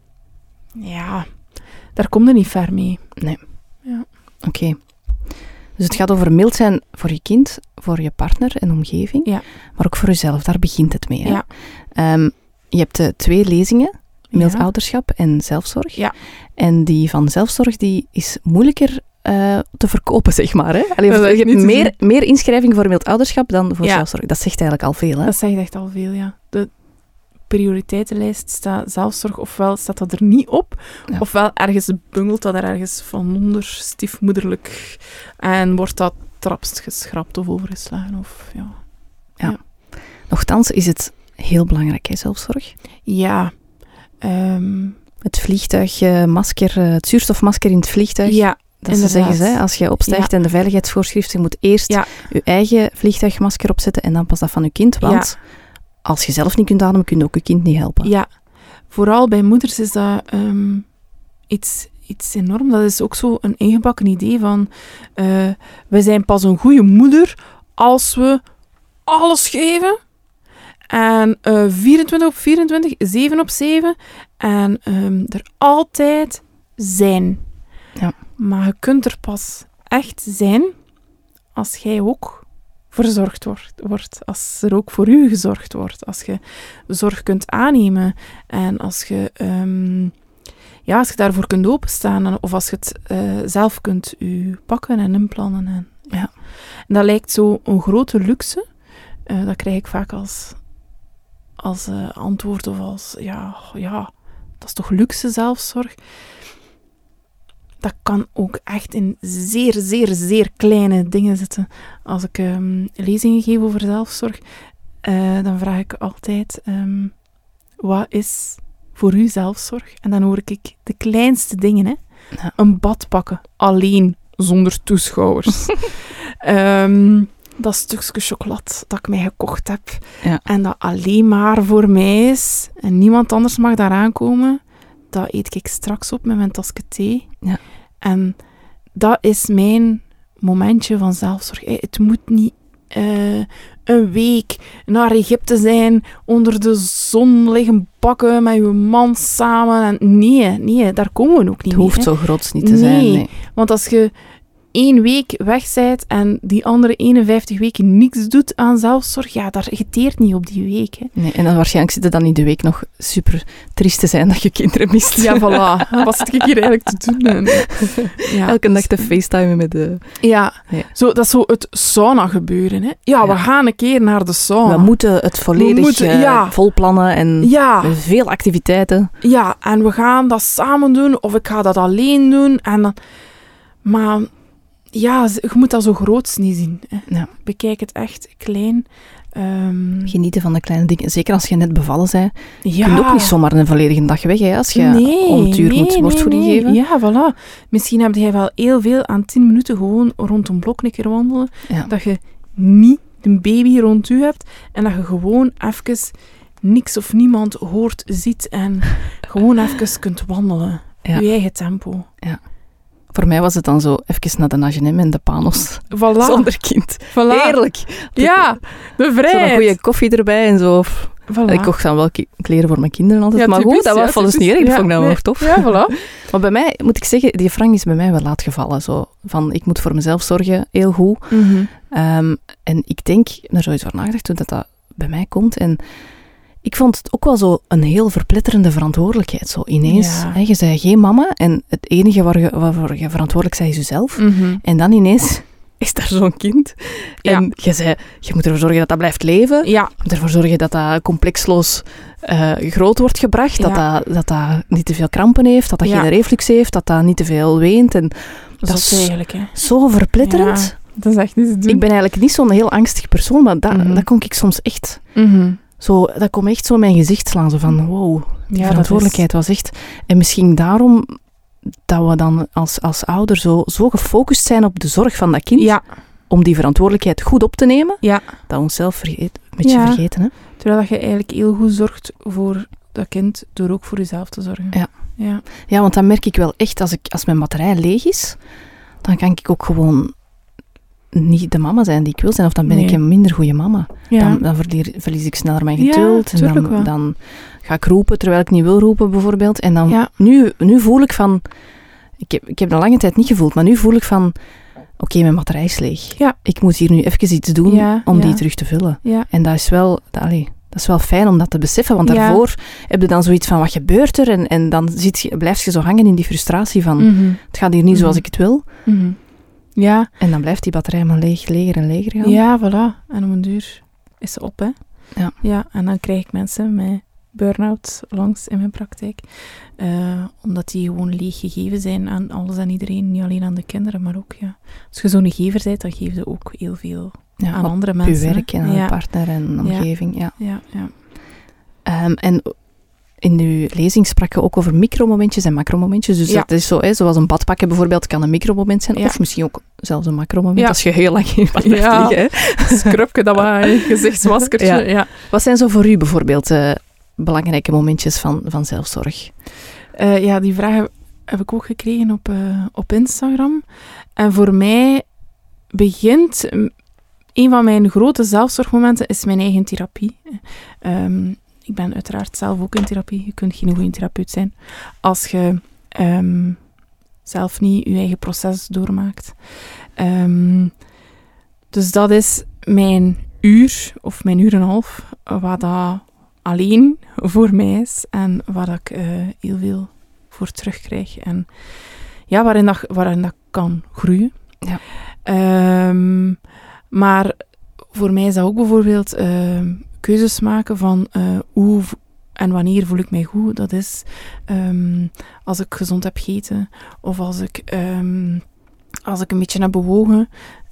daar komt er niet ver mee. Nee. Ja. Oké. Dus het gaat over mild zijn voor je kind, voor je partner en omgeving, maar ook voor jezelf. Daar begint het mee. Hè? Ja. Je hebt 2 lezingen, mild ouderschap en zelfzorg. Ja. En die van zelfzorg die is moeilijker te verkopen, zeg maar. Hè? Je hebt meer inschrijving voor mild ouderschap dan voor zelfzorg. Dat zegt eigenlijk al veel. Hè? Dat zegt echt al veel, ja. De prioriteitenlijst staat zelfzorg, ofwel staat dat er niet op, ofwel ergens bungelt dat er ergens van onder, stiefmoederlijk, en wordt dat trapst geschrapt of overgeslagen. Ja. Nochtans is het heel belangrijk, hè, zelfzorg? Ja. Het vliegtuigmasker, het zuurstofmasker in het vliegtuig. Ja, dat ze zeggen, als je opstijgt en de veiligheidsvoorschriften, je moet eerst je eigen vliegtuigmasker opzetten en dan pas dat van je kind, want als je zelf niet kunt ademen, kun je ook je kind niet helpen. Ja, vooral bij moeders is dat iets enorm. Dat is ook zo een ingebakken idee van we zijn pas een goede moeder als we alles geven. En 24 op 24, 7 op 7. En er altijd zijn. Ja. Maar je kunt er pas echt zijn als jij ook verzorgd wordt. Als er ook voor u gezorgd wordt. Als je zorg kunt aannemen. En als je, als je daarvoor kunt openstaan. Of als je het zelf kunt u pakken en inplannen. En dat lijkt zo een grote luxe. Dat krijg ik vaak als antwoord of als, dat is toch luxe zelfzorg. Dat kan ook echt in zeer, zeer, zeer kleine dingen zitten. Als ik lezingen geef over zelfzorg, dan vraag ik altijd, wat is voor u zelfzorg? En dan hoor ik de kleinste dingen. Hè? Ja. Een bad pakken, alleen, zonder toeschouwers. Dat stukje chocolade dat ik mij gekocht heb. Ja. En dat alleen maar voor mij is. En niemand anders mag daaraan komen. Dat eet ik straks op met mijn tasje thee. Ja. En dat is mijn momentje van zelfzorg. Het moet niet een week naar Egypte zijn, onder de zon liggen bakken met je man samen. En nee, daar komen we ook niet Het hoeft mee, zo groots niet te zijn. Nee. Want als je 1 week weg bent en die andere 51 weken niks doet aan zelfzorg, daar geteert niet op die week. Hè. Nee, en dan waarschijnlijk zit het dan in de week nog super triest te zijn dat je kinderen mist. Ja, voilà. Wat zit ik hier eigenlijk te doen? Elke dag te facetimen met de... Ja. Zo, dat is zo het sauna gebeuren. Hè. We gaan een keer naar de sauna. We moeten het volledig volplannen en met veel activiteiten. Ja, en we gaan dat samen doen of ik ga dat alleen doen. En dan... Maar... Ja, je moet dat zo groots niet zien. Hè. Ja. Bekijk het echt klein. Genieten van de kleine dingen. Zeker als je net bevallen bent. Je kunt ook niet zomaar een volledige dag weg, hè, als je om het uur moet borstvoeding geven. Ja, voilà. Misschien heb jij wel heel veel aan 10 minuten gewoon rond een blok een keer wandelen. Ja. Dat je niet een baby rond u hebt. En dat je gewoon even niks of niemand hoort, ziet. En gewoon even kunt wandelen. Ja. Je eigen tempo. Ja. Voor mij was het dan zo even naar de H&M en de Panos. Voilà. Zonder kind. Voilà. Heerlijk. Ja, de vrijheid. Zo'n goede koffie erbij en zo. Voilà. Ik kocht dan wel kleren voor mijn kinderen altijd. Ja, maar typisch, goed, dat was volgens niet erg. Ik vond dat wel nog tof. Ja, voilà. Maar bij mij, moet ik zeggen, die frank is bij mij wel laat gevallen. Zo van, ik moet voor mezelf zorgen, heel goed. Mm-hmm. En ik denk, daar zou je over nagedacht toen dat bij mij komt. En ik vond het ook wel zo een heel verpletterende verantwoordelijkheid. Zo ineens, je zei geen mama en het enige waarvoor je verantwoordelijk bent is jezelf. Mm-hmm. En dan ineens is daar zo'n kind. Ja. En je zei, je moet ervoor zorgen dat dat blijft leven. Ja. Je moet ervoor zorgen dat dat complexloos groot wordt gebracht. Ja. Dat dat niet te veel krampen heeft. Dat dat Ja. geen reflux heeft. Dat dat niet te veel weent. En Dat is eigenlijk, hè. zo verpletterend. Ja, dat is echt niet te doen. Ik ben eigenlijk niet zo'n heel angstig persoon, maar dat kon ik soms echt... Zo, dat kon me echt zo in mijn gezicht slaan. Zo van, wow, die Ja, verantwoordelijkheid was echt... En misschien daarom dat we dan als ouder zo gefocust zijn op de zorg van dat kind, Ja. om die verantwoordelijkheid goed op te nemen, Ja. dat we onszelf een beetje Ja. vergeten. Hè? Terwijl dat je eigenlijk heel goed zorgt voor dat kind, door ook voor jezelf te zorgen. Ja. Ja. Ja, want dan merk ik wel echt, als mijn batterij leeg is, dan kan ik ook gewoon niet de mama zijn die ik wil zijn, of dan ben Nee. ik een minder goede mama. Ja. Dan verlies ik sneller mijn Ja, geduld. En tuurlijk wel. dan ga ik roepen terwijl ik niet wil roepen, bijvoorbeeld. En dan, Ja. nu voel ik van... Ik heb dat lange tijd niet gevoeld, maar nu voel ik van... Oké, mijn batterij is leeg. Ja. Ik moet hier nu even iets doen Ja, om die ja. terug te vullen. Ja. En dat is wel... Dat is wel fijn om dat te beseffen, want Ja. daarvoor heb je dan zoiets van, wat gebeurt er? En dan blijf je zo hangen in die frustratie van, het gaat hier niet zoals ik het wil. Mhm. Ja. En dan blijft die batterij maar leger en leger gaan. Ja, voilà. En om een duur is ze op, hè. Ja. Ja, en dan krijg ik mensen met burn-out langs in mijn praktijk. Omdat die gewoon leeg gegeven zijn aan alles en iedereen. Niet alleen aan de kinderen, maar ook, ja. Als je zo'n gever bent, dan geef je ook heel veel aan op andere je mensen. werk en hè. aan Ja. je partner en omgeving. Ja. Ja, ja. En in uw lezing sprak je ook over micromomentjes en macromomentjes. Dus Ja. dat is zo, hè, zoals een bad pakken bijvoorbeeld, kan een micromoment zijn. Ja. Of misschien ook zelfs een macromoment, Ja. als je heel lang in bad blijft Ja. liggen. Hè. Scrubje, dat was een gezichtsmaskertje. Ja. Ja. Wat zijn zo voor u bijvoorbeeld belangrijke momentjes van zelfzorg? Ja, die vraag heb ik ook gekregen op Instagram. En voor mij begint... Een van mijn grote zelfzorgmomenten is mijn eigen therapie. Ik ben uiteraard zelf ook in therapie. Je kunt geen goede therapeut zijn als je zelf niet je eigen proces doormaakt. Dus dat is mijn uur, of mijn uur en een half, wat dat alleen voor mij is en waar ik heel veel voor terugkrijg. En ja, waarin dat kan groeien. Ja. Maar voor mij is dat ook bijvoorbeeld keuzes maken van hoe en wanneer voel ik mij goed. Dat is als ik gezond heb gegeten of als ik een beetje heb bewogen.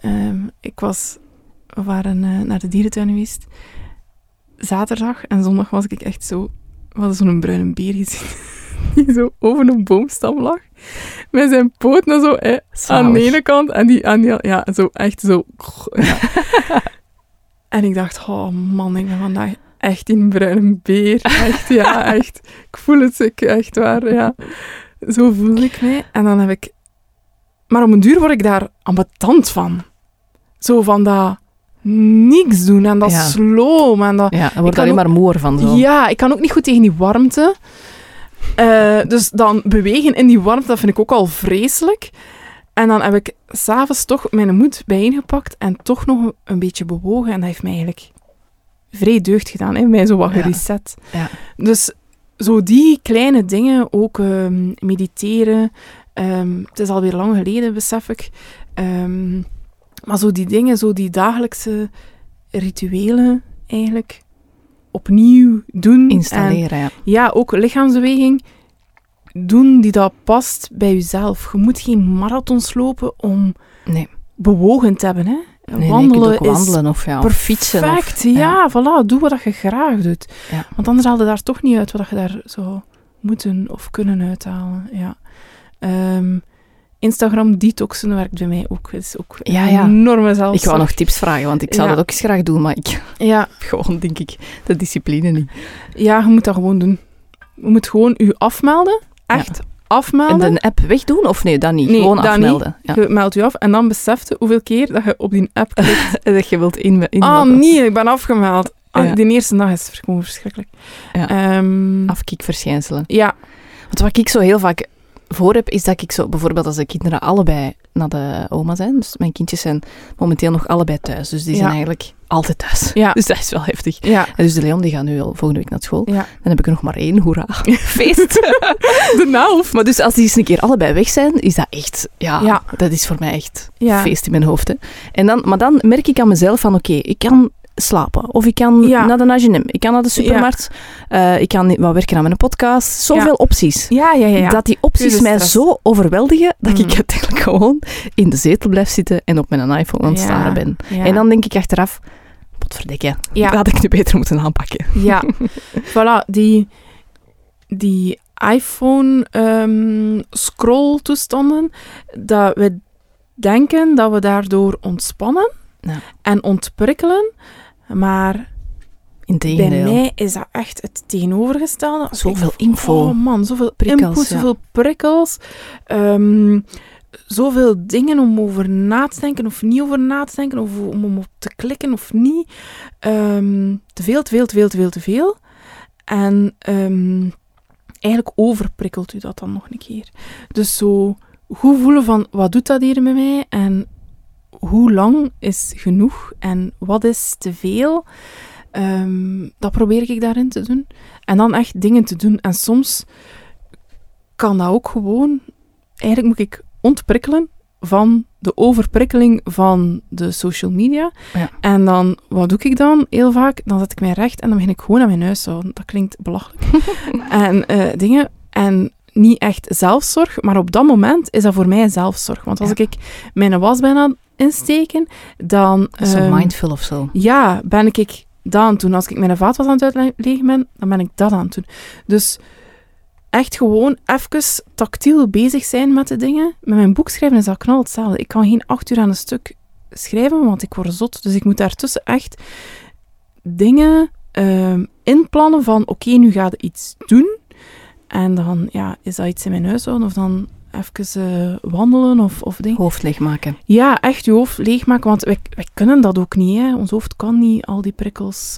We waren naar de dierentuin geweest. Zaterdag en zondag was ik echt zo... We hadden zo'n bruine beer gezien. Die zo over een boomstam lag. Met zijn poten zo aan de ene kant. En die ja, zo echt zo... Ja. En ik dacht, oh man, ik ben vandaag echt een bruine beer. Echt, ja, echt. Ik voel het, echt waar, ja. Zo voel ik mij. En dan heb ik... Maar op een duur word ik daar ambetant van. Zo van dat niks doen en dat sloom. En dat, ja, dan wordt alleen maar moer van zo. Ja, ik kan ook niet goed tegen die warmte. Dus dan bewegen in die warmte, dat vind ik ook al vreselijk. En dan heb ik 's avonds toch mijn moed bijeengepakt en toch nog een beetje bewogen. En dat heeft mij eigenlijk vrij deugd gedaan. Heeft mij zo wat gereset. Ja. Dus zo die kleine dingen, ook mediteren. Het is alweer lang geleden, besef ik. Maar zo die dingen, zo die dagelijkse rituelen eigenlijk opnieuw doen. Installeren, en, ja, ook lichaamsbeweging doen die dat past bij jezelf. Je moet geen marathons lopen om bewogen te hebben. Hè. Wandelen, je kunt ook wandelen of fietsen. Perfect, ja, voilà. Doe wat je graag doet. Ja. Want anders haal je daar toch niet uit wat je daar zou moeten of kunnen uithalen. Ja. Instagram detoxen werkt bij mij ook. Het is ook een enorme zelfzorg. Ik wou nog tips vragen, want ik zou dat ook eens graag doen, maar ik heb gewoon, denk ik, de discipline niet. Ja, je moet dat gewoon doen. Je moet gewoon je afmelden. Echt afmelden. En de app wegdoen? Of nee, dat niet? Nee, gewoon dat afmelden. Niet. Ja. Je meldt je af en dan beseft je hoeveel keer dat je op die app klikt. Dat je wilt inloggen. Oh nee, ik ben afgemeld. Die eerste dag is gewoon verschrikkelijk. Ja. Afkikverschijnselen. Ja. Want wat ik zo heel vaak voor heb, is dat ik zo, bijvoorbeeld als de kinderen allebei naar de oma zijn, dus mijn kindjes zijn momenteel nog allebei thuis, dus die zijn eigenlijk altijd thuis. Ja. Dus dat is wel heftig. Ja. En dus de Leon, die gaat nu al volgende week naar school. Ja. Dan heb ik er nog maar 1, hoera. Feest. De helft. Maar dus als die eens een keer allebei weg zijn, is dat echt, dat is voor mij echt feest in mijn hoofd. Hè. En maar dan merk ik aan mezelf van, oké, ik kan slapen. Of ik kan naar de H&M. Ik kan naar de supermarkt. Ik kan wat werken aan mijn podcast. Zoveel opties. Ja. Dat die opties mij zo overweldigen, dat ik uiteindelijk gewoon in de zetel blijf zitten en op mijn iPhone aan het staren ben. Ja. En dan denk ik achteraf, potverdikke, dat had ik nu beter moeten aanpakken. Ja, voilà. Die iPhone scroll-toestanden, dat we denken dat we daardoor ontspannen en ontprikkelen, maar integendeel. Bij mij is dat echt het tegenovergestelde. Zoveel info. Oh man, zoveel prikkels, input, zoveel prikkels. Zoveel dingen om over na te denken of niet over na te denken, of om op te klikken of niet. Te veel. En eigenlijk overprikkelt u dat dan nog een keer. Dus zo goed voelen van, wat doet dat hier met mij? En hoe lang is genoeg? En wat is te veel? Dat probeer ik daarin te doen. En dan echt dingen te doen. En soms kan dat ook gewoon... Eigenlijk moet ik ontprikkelen van de overprikkeling van de social media. Ja. En dan, wat doe ik dan? Heel vaak, dan zet ik mij recht en dan begin ik gewoon aan mijn huishouden. Dat klinkt belachelijk. En dingen... En niet echt zelfzorg, maar op dat moment is dat voor mij zelfzorg. Want als ik mijn was ben aan het insteken, dan... Zo mindful of zo. Ja, ben ik dat aan het doen. Als ik mijn vaatwas aan het uitlegen ben, dan ben ik dat aan het doen. Dus echt gewoon even tactiel bezig zijn met de dingen. Met mijn boek schrijven is dat knal hetzelfde. Ik kan geen 8 uur aan een stuk schrijven, want ik word zot. Dus ik moet daartussen echt dingen inplannen van oké, nu ga je iets doen. En dan is dat iets in mijn huishouden of dan even wandelen of dingen. Hoofd leegmaken. Ja, echt je hoofd leegmaken, want wij kunnen dat ook niet. Hè. Ons hoofd kan niet al die prikkels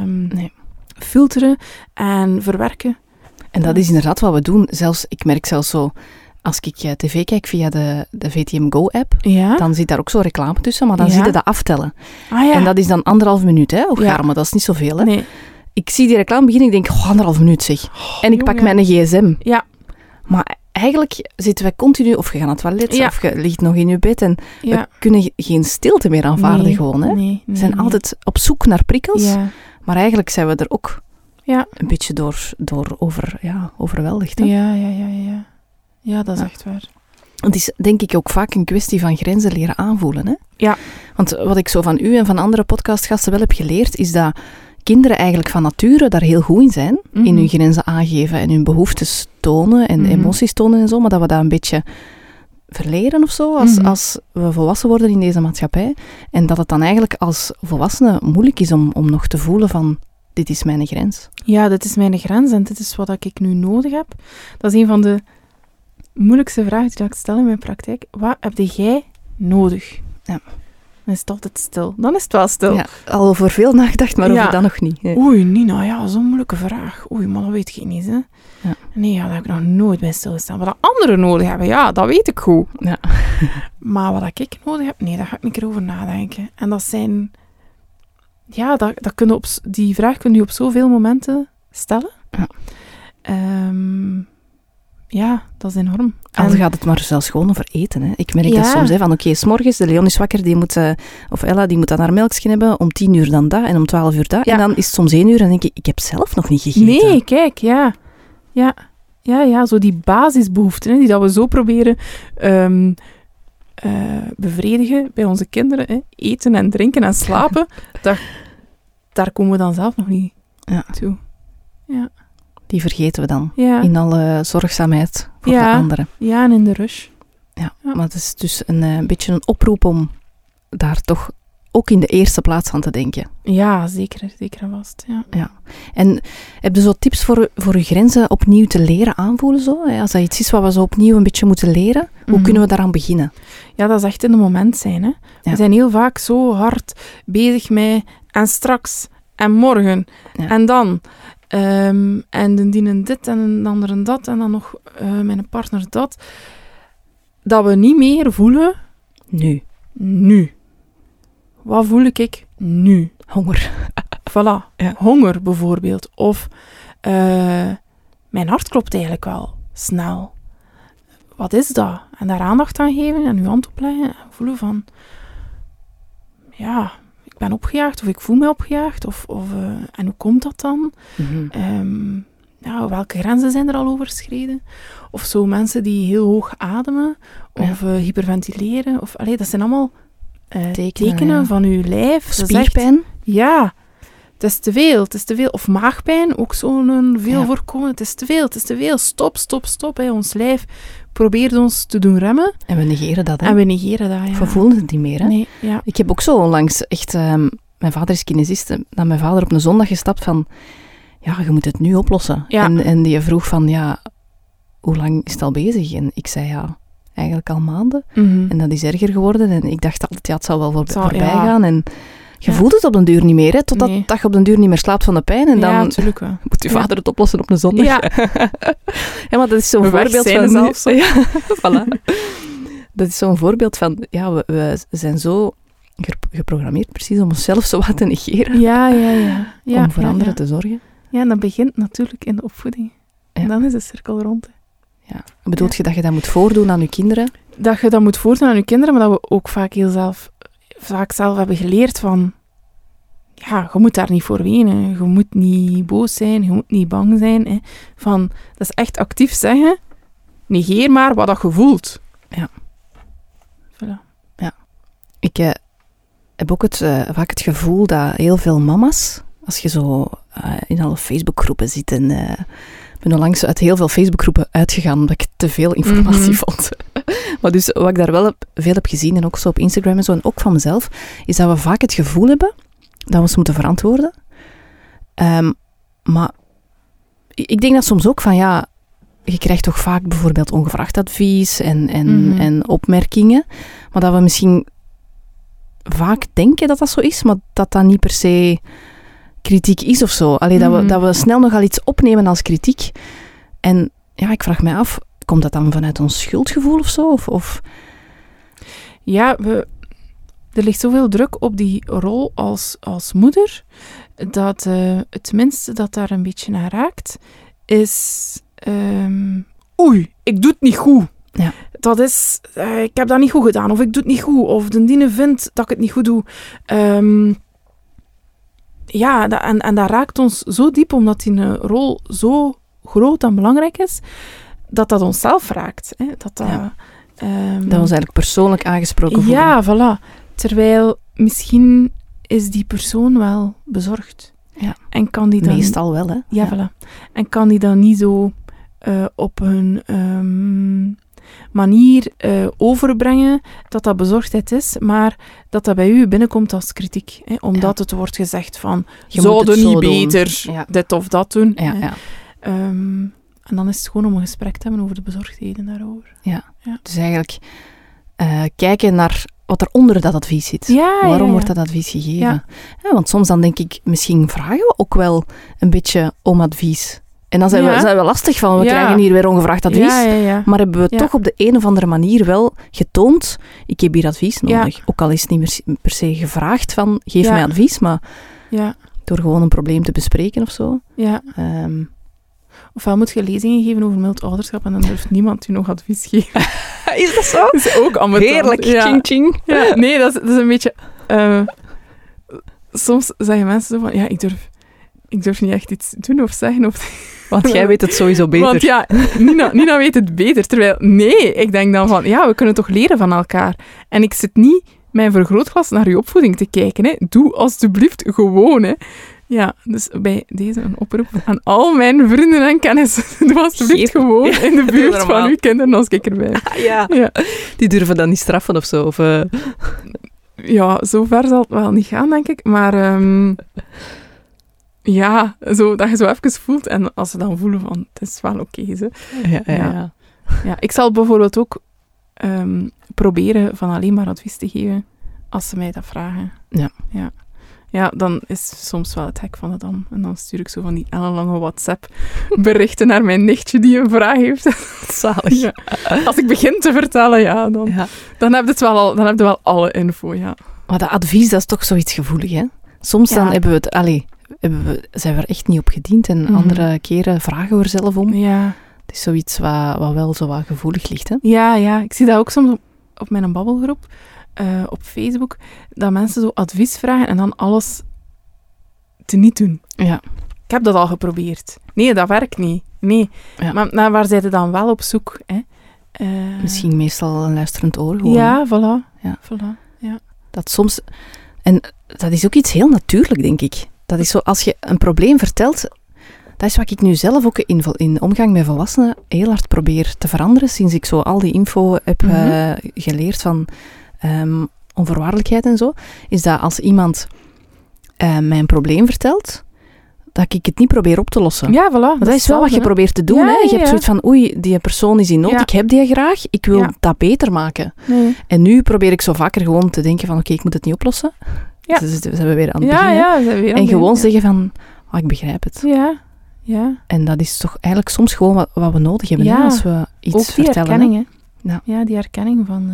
filteren en verwerken. En dat is inderdaad wat we doen. Ik merk zelfs zo, als ik tv kijk via de VTM Go-app, dan zit daar ook zo reclame tussen, maar dan zie je dat aftellen. En dat is dan 1,5 minuut, hè, maar dat is niet zoveel. Hè. Nee. Ik zie die reclame beginnen, ik denk, 1,5 minuut zeg. En ik pak mijn gsm. Ja. Maar eigenlijk zitten wij continu, of je gaat naar het toilet, of je ligt nog in je bed en we kunnen geen stilte meer aanvaarden gewoon. Hè. We zijn altijd op zoek naar prikkels, maar eigenlijk zijn we er ook een beetje door overweldigd. Hè. Ja, dat is echt waar. Het is denk ik ook vaak een kwestie van grenzen leren aanvoelen. Hè. Ja. Want wat ik zo van u en van andere podcastgasten wel heb geleerd, is dat kinderen eigenlijk van nature daar heel goed in zijn, in hun grenzen aangeven en hun behoeftes tonen en emoties tonen en zo, maar dat we dat een beetje verleren of zo, als we volwassen worden in deze maatschappij. En dat het dan eigenlijk als volwassene moeilijk is om nog te voelen van, dit is mijn grens. Ja, dit is mijn grens en dit is wat ik nu nodig heb. Dat is een van de moeilijkste vragen die ik stel in mijn praktijk. Wat heb jij nodig? Ja. Dan is het altijd stil. Dan is het wel stil. Ja, al over veel nagedacht, maar over dat nog niet. Hè. Oei, Nina, zo'n moeilijke vraag. Oei, maar dat weet je niet, hè. Ja. Nee, daar heb ik nog nooit bij stilgestaan. Wat anderen nodig hebben, dat weet ik goed. Ja. Maar wat ik nodig heb, nee, daar ga ik een keer over nadenken. En dat zijn... Ja, die vraag kun je op zoveel momenten stellen. Ja. Ja, dat is enorm. Al gaat het maar zelfs gewoon over eten. Hè. Ik merk dat soms, van oké, 's morgens, de Leon is wakker, of Ella, die moet dan haar melkje hebben, om 10 uur dan dat, en om 12 uur dat. Ja. En dan is het soms 1 uur en denk ik heb zelf nog niet gegeten. Nee, kijk, Ja, zo die basisbehoeften, hè, die dat we zo proberen bevredigen bij onze kinderen. Hè. Eten en drinken en slapen, daar komen we dan zelf nog niet toe. Ja. Die vergeten we dan. Ja. In alle zorgzaamheid voor de anderen. Ja, en in de rush. Ja. Maar het is dus een beetje een oproep om daar toch ook in de eerste plaats aan te denken. Ja, zeker en vast. Ja. En heb je zo tips voor je grenzen opnieuw te leren aanvoelen? Zo? Als dat iets is wat we zo opnieuw een beetje moeten leren, hoe kunnen we daaraan beginnen? Ja, dat is echt in het moment zijn. Hè? Ja. We zijn heel vaak zo hard bezig met en straks en morgen en dan. En de dienen dit en de andere dat en dan nog mijn partner dat. Dat we niet meer voelen... Nu. Wat voel ik nu? Honger. Voilà. Ja. Honger bijvoorbeeld. Of mijn hart klopt eigenlijk wel snel. Wat is dat? En daar aandacht aan geven en uw hand opleggen en voelen van... Ja, ik ben opgejaagd of ik voel me opgejaagd. En hoe komt dat dan? Mm-hmm. Welke grenzen zijn er al overschreden? Of zo mensen die heel hoog ademen of hyperventileren. Dat zijn allemaal tekenen van uw lijf. Spierpijn. Ja, het is te veel. Of maagpijn, ook zo'n veel voorkomen. Het is te veel. Stop. Ons lijf probeert ons te doen remmen. En we negeren dat, hè? Ja. We voelen het niet meer, hè? Nee, ja. Ik heb ook zo onlangs echt... mijn vader is kinesist. Naar mijn vader op een zondag gestapt van... Ja, je moet het nu oplossen. Ja. En die vroeg van... Ja, hoe lang is het al bezig? En ik zei ja... Eigenlijk al maanden. Mm-hmm. En dat is erger geworden. En ik dacht altijd, het zal wel voorbij gaan. En je voelt het op den duur niet meer, hè. Totdat je op den duur niet meer slaapt van de pijn. En dan natuurlijk wel. moet je vader het oplossen op een zondag. Ja. Ja, maar dat is zo'n voorbeeld van... zelfs. Ja, voilà. Dat is zo'n voorbeeld van... Ja, we zijn zo geprogrammeerd precies om onszelf zo wat te negeren. Ja. Om voor anderen te zorgen. Ja, en dat begint natuurlijk in de opvoeding. Ja. En dan is de cirkel rond. Ja. Bedoelt je dat je dat moet voordoen aan je kinderen? Dat je dat moet voordoen aan je kinderen, maar dat we ook vaak zelf hebben geleerd van... Ja, je moet daar niet voor wenen. Je moet niet boos zijn, je moet niet bang zijn. Hè. Dat is echt actief zeggen. Negeer maar wat dat je voelt. Ja. Voilà. Ja. Ik heb ook vaak het gevoel dat heel veel mama's, als je zo in alle Facebookgroepen zit en... Ik ben onlangs uit heel veel Facebookgroepen uitgegaan, omdat ik te veel informatie vond. Maar dus wat ik daar wel veel heb gezien, en ook zo op Instagram en zo, en ook van mezelf, is dat we vaak het gevoel hebben dat we ons moeten verantwoorden. Maar ik denk dat soms ook van, ja, je krijgt toch vaak bijvoorbeeld ongevraagd advies en opmerkingen, maar dat we misschien vaak denken dat dat zo is, maar dat dat niet per se... kritiek is of zo. Dat we snel nogal iets opnemen als kritiek. En ja, ik vraag mij af, komt dat dan vanuit ons schuldgevoel of zo? Of... Ja, er ligt zoveel druk op die rol als moeder, dat het minste dat daar een beetje naar raakt, is... oei, ik doe het niet goed. Ja. Dat is... ik heb dat niet goed gedaan, of ik doe het niet goed, of de diene vindt dat ik het niet goed doe. Ja, en dat raakt ons zo diep, omdat die rol zo groot en belangrijk is, dat onszelf raakt. Hè? Dat ons eigenlijk persoonlijk aangesproken voelen. Ja, voilà. Terwijl misschien is die persoon wel bezorgd. Ja. En kan die dan... Meestal wel, hè? Ja, voilà. En kan die dan niet zo op hun... manier overbrengen dat bezorgdheid is, maar dat bij u binnenkomt als kritiek. Hè? Omdat het wordt gezegd van, zouden niet beter dit of dat doen. Ja. En dan is het gewoon om een gesprek te hebben over de bezorgdheden daarover. Ja. Dus eigenlijk kijken naar wat er onder dat advies zit. Waarom wordt dat advies gegeven? Ja, want soms dan denk ik, misschien vragen we ook wel een beetje om advies. En dan zijn we lastig van, we krijgen hier weer ongevraagd advies. Maar hebben we toch op de een of andere manier wel getoond, ik heb hier advies nodig. Ook al is het niet per se gevraagd van, geef mij advies, maar door gewoon een probleem te bespreken of zo. Ja. Ofwel moet je lezingen geven over mild ouderschap en dan durft niemand u nog advies geven. Is dat zo? Dat is ook ambetant. Heerlijk, ching ching. Ja, nee, dat is een beetje... soms zeggen mensen zo van, ja, ik durf niet echt iets doen of zeggen. Want jij weet het sowieso beter. Want ja, Nina weet het beter. Terwijl, nee, ik denk dan van, ja, we kunnen toch leren van elkaar. En ik zit niet mijn vergrootglas naar je opvoeding te kijken. Hè. Doe alstublieft gewoon. Hè. Ja, dus bij deze een oproep aan al mijn vrienden en kennissen. Doe alstublieft gewoon in de buurt van uw kinderen als ik erbij ben. Ja. Die durven dan niet straffen of zo? Of, Ja, zo ver zal het wel niet gaan, denk ik. Maar... Ja, zo, dat je zo even voelt en als ze dan voelen van, het is wel oké. Ja, ik zal bijvoorbeeld ook proberen van alleen maar advies te geven als ze mij dat vragen. Ja. Ja, dan is soms wel het hek van de dam. En dan stuur ik zo van die ellenlange WhatsApp-berichten naar mijn nichtje die een vraag heeft. Zalig. Ja. Als ik begin te vertellen, ja, dan heb je wel alle info, ja. Maar dat advies, dat is toch zoiets gevoelig, hè? Soms dan hebben we het... zijn we er echt niet op gediend en andere keren vragen we er zelf om. Ja. Het is zoiets wat wel zo wat gevoelig ligt, hè? Ja. Ik zie dat ook soms op mijn babbelgroep, op Facebook, dat mensen zo advies vragen en dan alles te niet doen. Ja. Ik heb dat al geprobeerd. Nee, dat werkt niet. Nee. Ja. Maar naar waar zijn ze dan wel op zoek? Hè? Misschien meestal een luisterend oor gewoon. Ja, voilà. Ja. Voilà. Ja. Dat soms... En dat is ook iets heel natuurlijk, denk ik. Dat is zo, als je een probleem vertelt... Dat is wat ik nu zelf ook in omgang met volwassenen heel hard probeer te veranderen, sinds ik zo al die info heb geleerd van onvoorwaardelijkheid en zo, is dat als iemand mij een probleem vertelt, dat ik het niet probeer op te lossen. Ja, voilà. Want dat is wel wat je probeert te doen. Ja, hè? Je ja, hebt zoiets van, oei, die persoon is in nood, ik heb die graag, ik wil dat beter maken. Nee. En nu probeer ik zo vaker gewoon te denken van, oké, ik moet het niet oplossen. Ja. Dus we zijn weer aan het begin. Ja, we zijn weer aan en gewoon het zeggen van, ik begrijp het. Ja. En dat is toch eigenlijk soms gewoon wat we nodig hebben, hè, als we iets ook die vertellen. Herkenning, hè? Ja. Ja, die herkenning van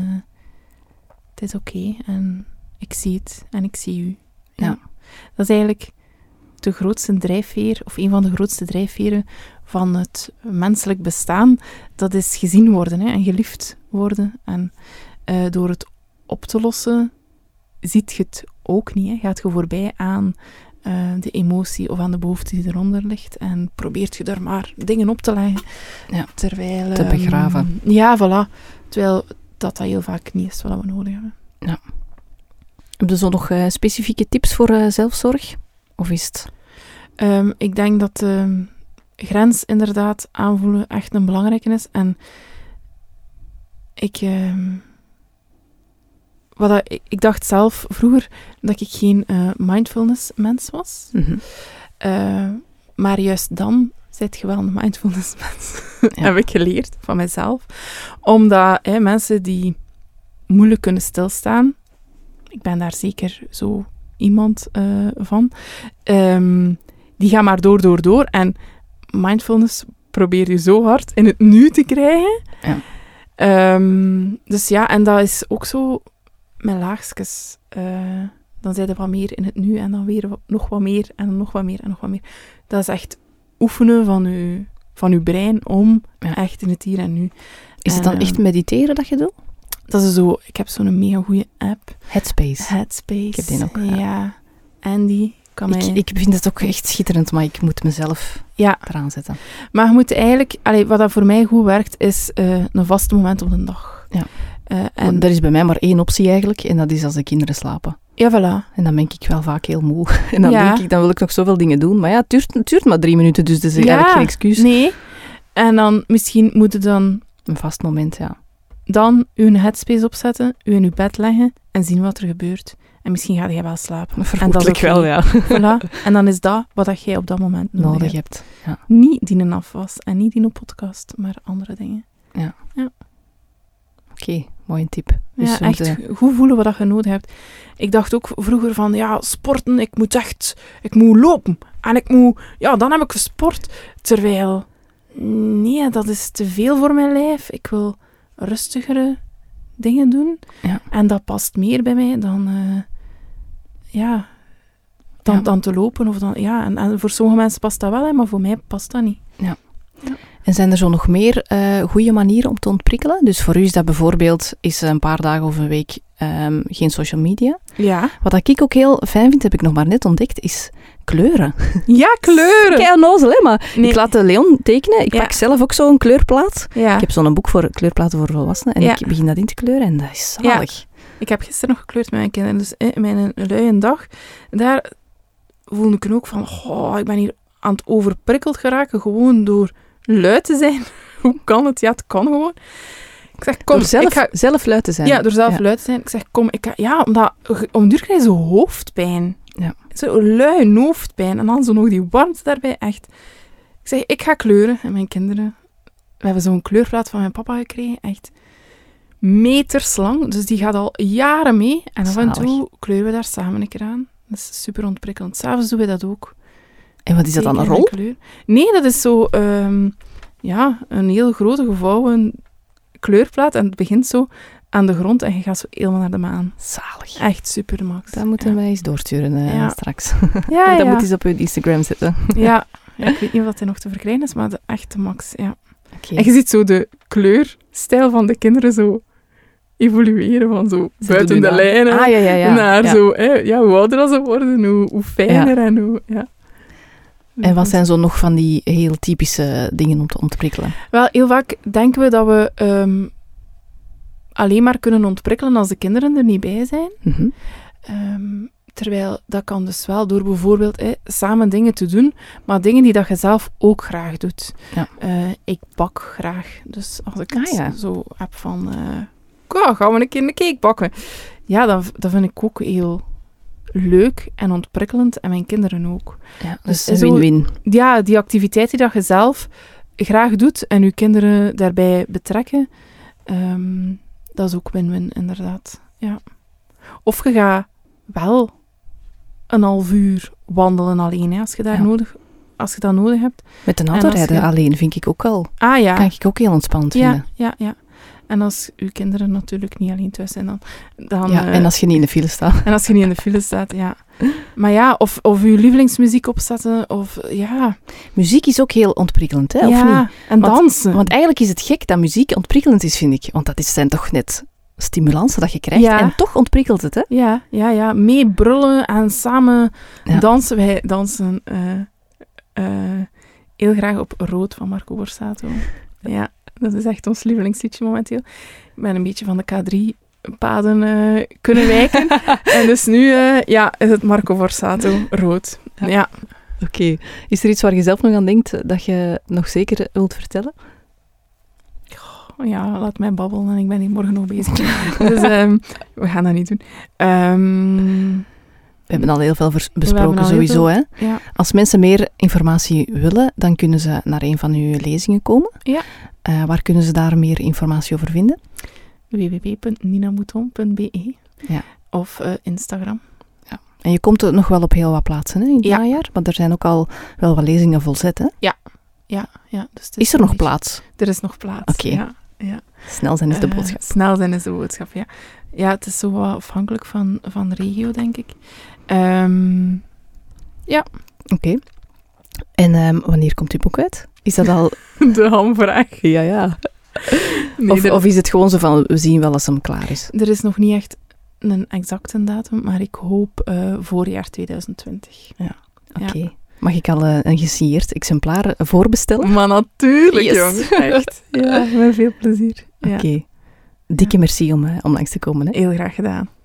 het is oké en ik zie het en ik zie u. Ja. Dat is eigenlijk de grootste drijfveer, of een van de grootste drijfveren van het menselijk bestaan. Dat is gezien worden, hè, en geliefd worden. En door het op te lossen, ziet je het ook niet. Hè. Gaat je voorbij aan de emotie of aan de behoefte die eronder ligt en probeert je er maar dingen op te leggen. Ja, terwijl, te begraven. Ja, voilà. Terwijl dat heel vaak niet is wat we nodig hebben. Ja. Heb je zo nog specifieke tips voor zelfzorg? Of is het... Ik denk dat de grens inderdaad aanvoelen echt een belangrijke is. En ik dacht zelf vroeger dat ik geen mindfulness mens was. Maar juist dan zijt je wel een mindfulness mens. Heb ik geleerd van mezelf. Omdat mensen die moeilijk kunnen stilstaan, ik ben daar zeker zo iemand van, die gaan maar door. En mindfulness probeer je zo hard in het nu te krijgen. Ja. Dus ja, en dat is ook zo met laagjes. Dan zijn er wat meer in het nu en dan weer nog wat meer en nog wat meer en nog wat meer. Dat is echt oefenen van uw brein om echt in het hier en nu. Is het dan echt mediteren dat je doet? Dat is zo, ik heb zo'n mega goede app. Headspace. Ik heb die ook. Ja. En die kan mij... Ik vind het ook echt schitterend, maar ik moet mezelf eraan zetten. Maar je moet eigenlijk... wat dat voor mij goed werkt, is een vast moment op de dag. Ja. En er is bij mij maar één optie eigenlijk, en dat is als de kinderen slapen. Ja, voilà. En dan ben ik wel vaak heel moe. En dan denk ik, dan wil ik nog zoveel dingen doen. Maar ja, het duurt maar 3 minuten, dus dat is eigenlijk geen excuus. Nee. En dan misschien moet je dan... Een vast moment, ja. Dan uw headspace opzetten, u in uw bed leggen en zien wat er gebeurt. En misschien ga je wel slapen. Vermoedelijk wel, ja. Voilà. En dan is dat wat jij op dat moment nodig hebt. Ja. Niet die een afwas en niet die een podcast, maar andere dingen. Ja. Oké, mooie tip. Dus ja, echt goed voelen wat je nodig hebt. Ik dacht ook vroeger van, sporten, ik moet lopen. En dan heb ik gesport. Terwijl, nee, dat is te veel voor mijn lijf. Ik wil rustigere dingen doen. Ja. En dat past meer bij mij dan, dan te lopen. Of dan, en voor sommige mensen past dat wel, maar voor mij past dat niet. Ja. En zijn er zo nog meer goede manieren om te ontprikkelen? Dus voor u is dat bijvoorbeeld een paar dagen of een week geen social media. Ja. Wat ik ook heel fijn vind, heb ik nog maar net ontdekt, is kleuren. Ja, kleuren! Kei onnozel, hè? Maar ik laat Leon tekenen. Ik pak zelf ook zo'n kleurplaat. Ja. Ik heb zo'n boek voor kleurplaten voor volwassenen. En ik begin dat in te kleuren en dat is zalig. Ja. Ik heb gisteren nog gekleurd met mijn kinderen. Dus in mijn luie dag, daar voelde ik ook van, ik ben hier aan het overprikkeld geraken, gewoon door lui te zijn. Hoe kan het? Ja, het kan gewoon. Ik zeg, kom, door zelf lui te zijn. Ja, door zelf lui te zijn. Ik zeg, kom, omdat om duur krijg je zo hoofdpijn. Ja. Zo lui hoofdpijn. En dan zo nog die warmte daarbij, echt. Ik zeg, ik ga kleuren. En mijn kinderen, we hebben zo'n kleurplaat van mijn papa gekregen, echt meterslang. Dus die gaat al jaren mee. En af en toe kleuren we daar samen een keer aan. Dat is super ontprikkelend. 's Avonds doen we dat ook. En wat is dat dan, een rol? Kleur. Nee, dat is zo een heel grote gevouwen kleurplaat. En het begint zo aan de grond en je gaat zo helemaal naar de maan. Zalig. Echt super, Max. Dat moeten wij eens doorsturen straks. Ja, Dat moet eens op hun Instagram zetten. Ja, ik weet niet of dat hij nog te verkleinen is, maar de echte Max, ja. Okay. En je ziet zo de kleurstijl van de kinderen zo evolueren van zo buiten de lijnen naar zo, hoe ouder dat ze worden, hoe fijner en hoe, ja. En wat zijn zo nog van die heel typische dingen om te ontprikkelen? Wel, heel vaak denken we dat we alleen maar kunnen ontprikkelen als de kinderen er niet bij zijn. Mm-hmm. Terwijl dat kan dus wel door bijvoorbeeld samen dingen te doen, maar dingen die dat je zelf ook graag doet. Ja. Ik bak graag, dus als ik het zo heb van, gaan we een keer een cake bakken. Ja, dat vind ik ook heel leuk en ontprikkelend en mijn kinderen ook. Ja, dus een win-win. Ja, die activiteit die dat je zelf graag doet en je kinderen daarbij betrekken, dat is ook win-win, inderdaad. Ja. Of je gaat wel een half uur wandelen alleen, hè, als je dat nodig hebt. Met een auto rijden alleen vind ik ook al. Kan ik ook heel ontspannend vinden. Ja. En als uw kinderen natuurlijk niet alleen thuis zijn, dan en als je niet in de file staat. En als je niet in de file staat, ja. Maar ja, of je lievelingsmuziek opzetten, of ja. Muziek is ook heel ontprikkelend, hè? Of niet? En dansen. Want eigenlijk is het gek dat muziek ontprikkelend is, vind ik. Want dat zijn toch net stimulansen dat je krijgt. Ja. En toch ontprikkelt het, hè? Ja. Mee brullen en samen dansen. Wij dansen heel graag op Rood van Marco Borsato. Ja, dat is echt ons lievelingsliedje momenteel. Ik ben een beetje van de K3-paden kunnen wijken. En dus nu is het Marco Borsato Rood. Ja. Oké. Is er iets waar je zelf nog aan denkt dat je nog zeker wilt vertellen? Ja, laat mij babbelen en ik ben hier morgen nog bezig. Dus we gaan dat niet doen. We hebben al heel veel besproken sowieso. Hè? Ja. Als mensen meer informatie willen, dan kunnen ze naar een van uw lezingen komen. Ja. Waar kunnen ze daar meer informatie over vinden? www.ninamouton.be of Instagram. Ja. En je komt er nog wel op heel wat plaatsen in het najaar, want er zijn ook al wel wat lezingen volzet, hè? Ja. Dus is er nog plaats? Er is nog plaats, Oké. Ja. Snel zijn is de boodschap. Snel zijn is de boodschap, ja. Ja, het is zo wat afhankelijk van de regio, denk ik. Ja. Oké. En wanneer komt uw boek uit? Is dat al... De hamvraag. Ja. Nee, of is het gewoon zo van, we zien wel als hem klaar is? Er is nog niet echt een exacte datum, maar ik hoop voorjaar 2020. Ja. Oké. Ja. Mag ik al een gesigneerd exemplaar voorbestellen? Maar natuurlijk, jongen. Echt. Ja, met veel plezier. Oké. Dikke merci om langs te komen. Hè? Heel graag gedaan.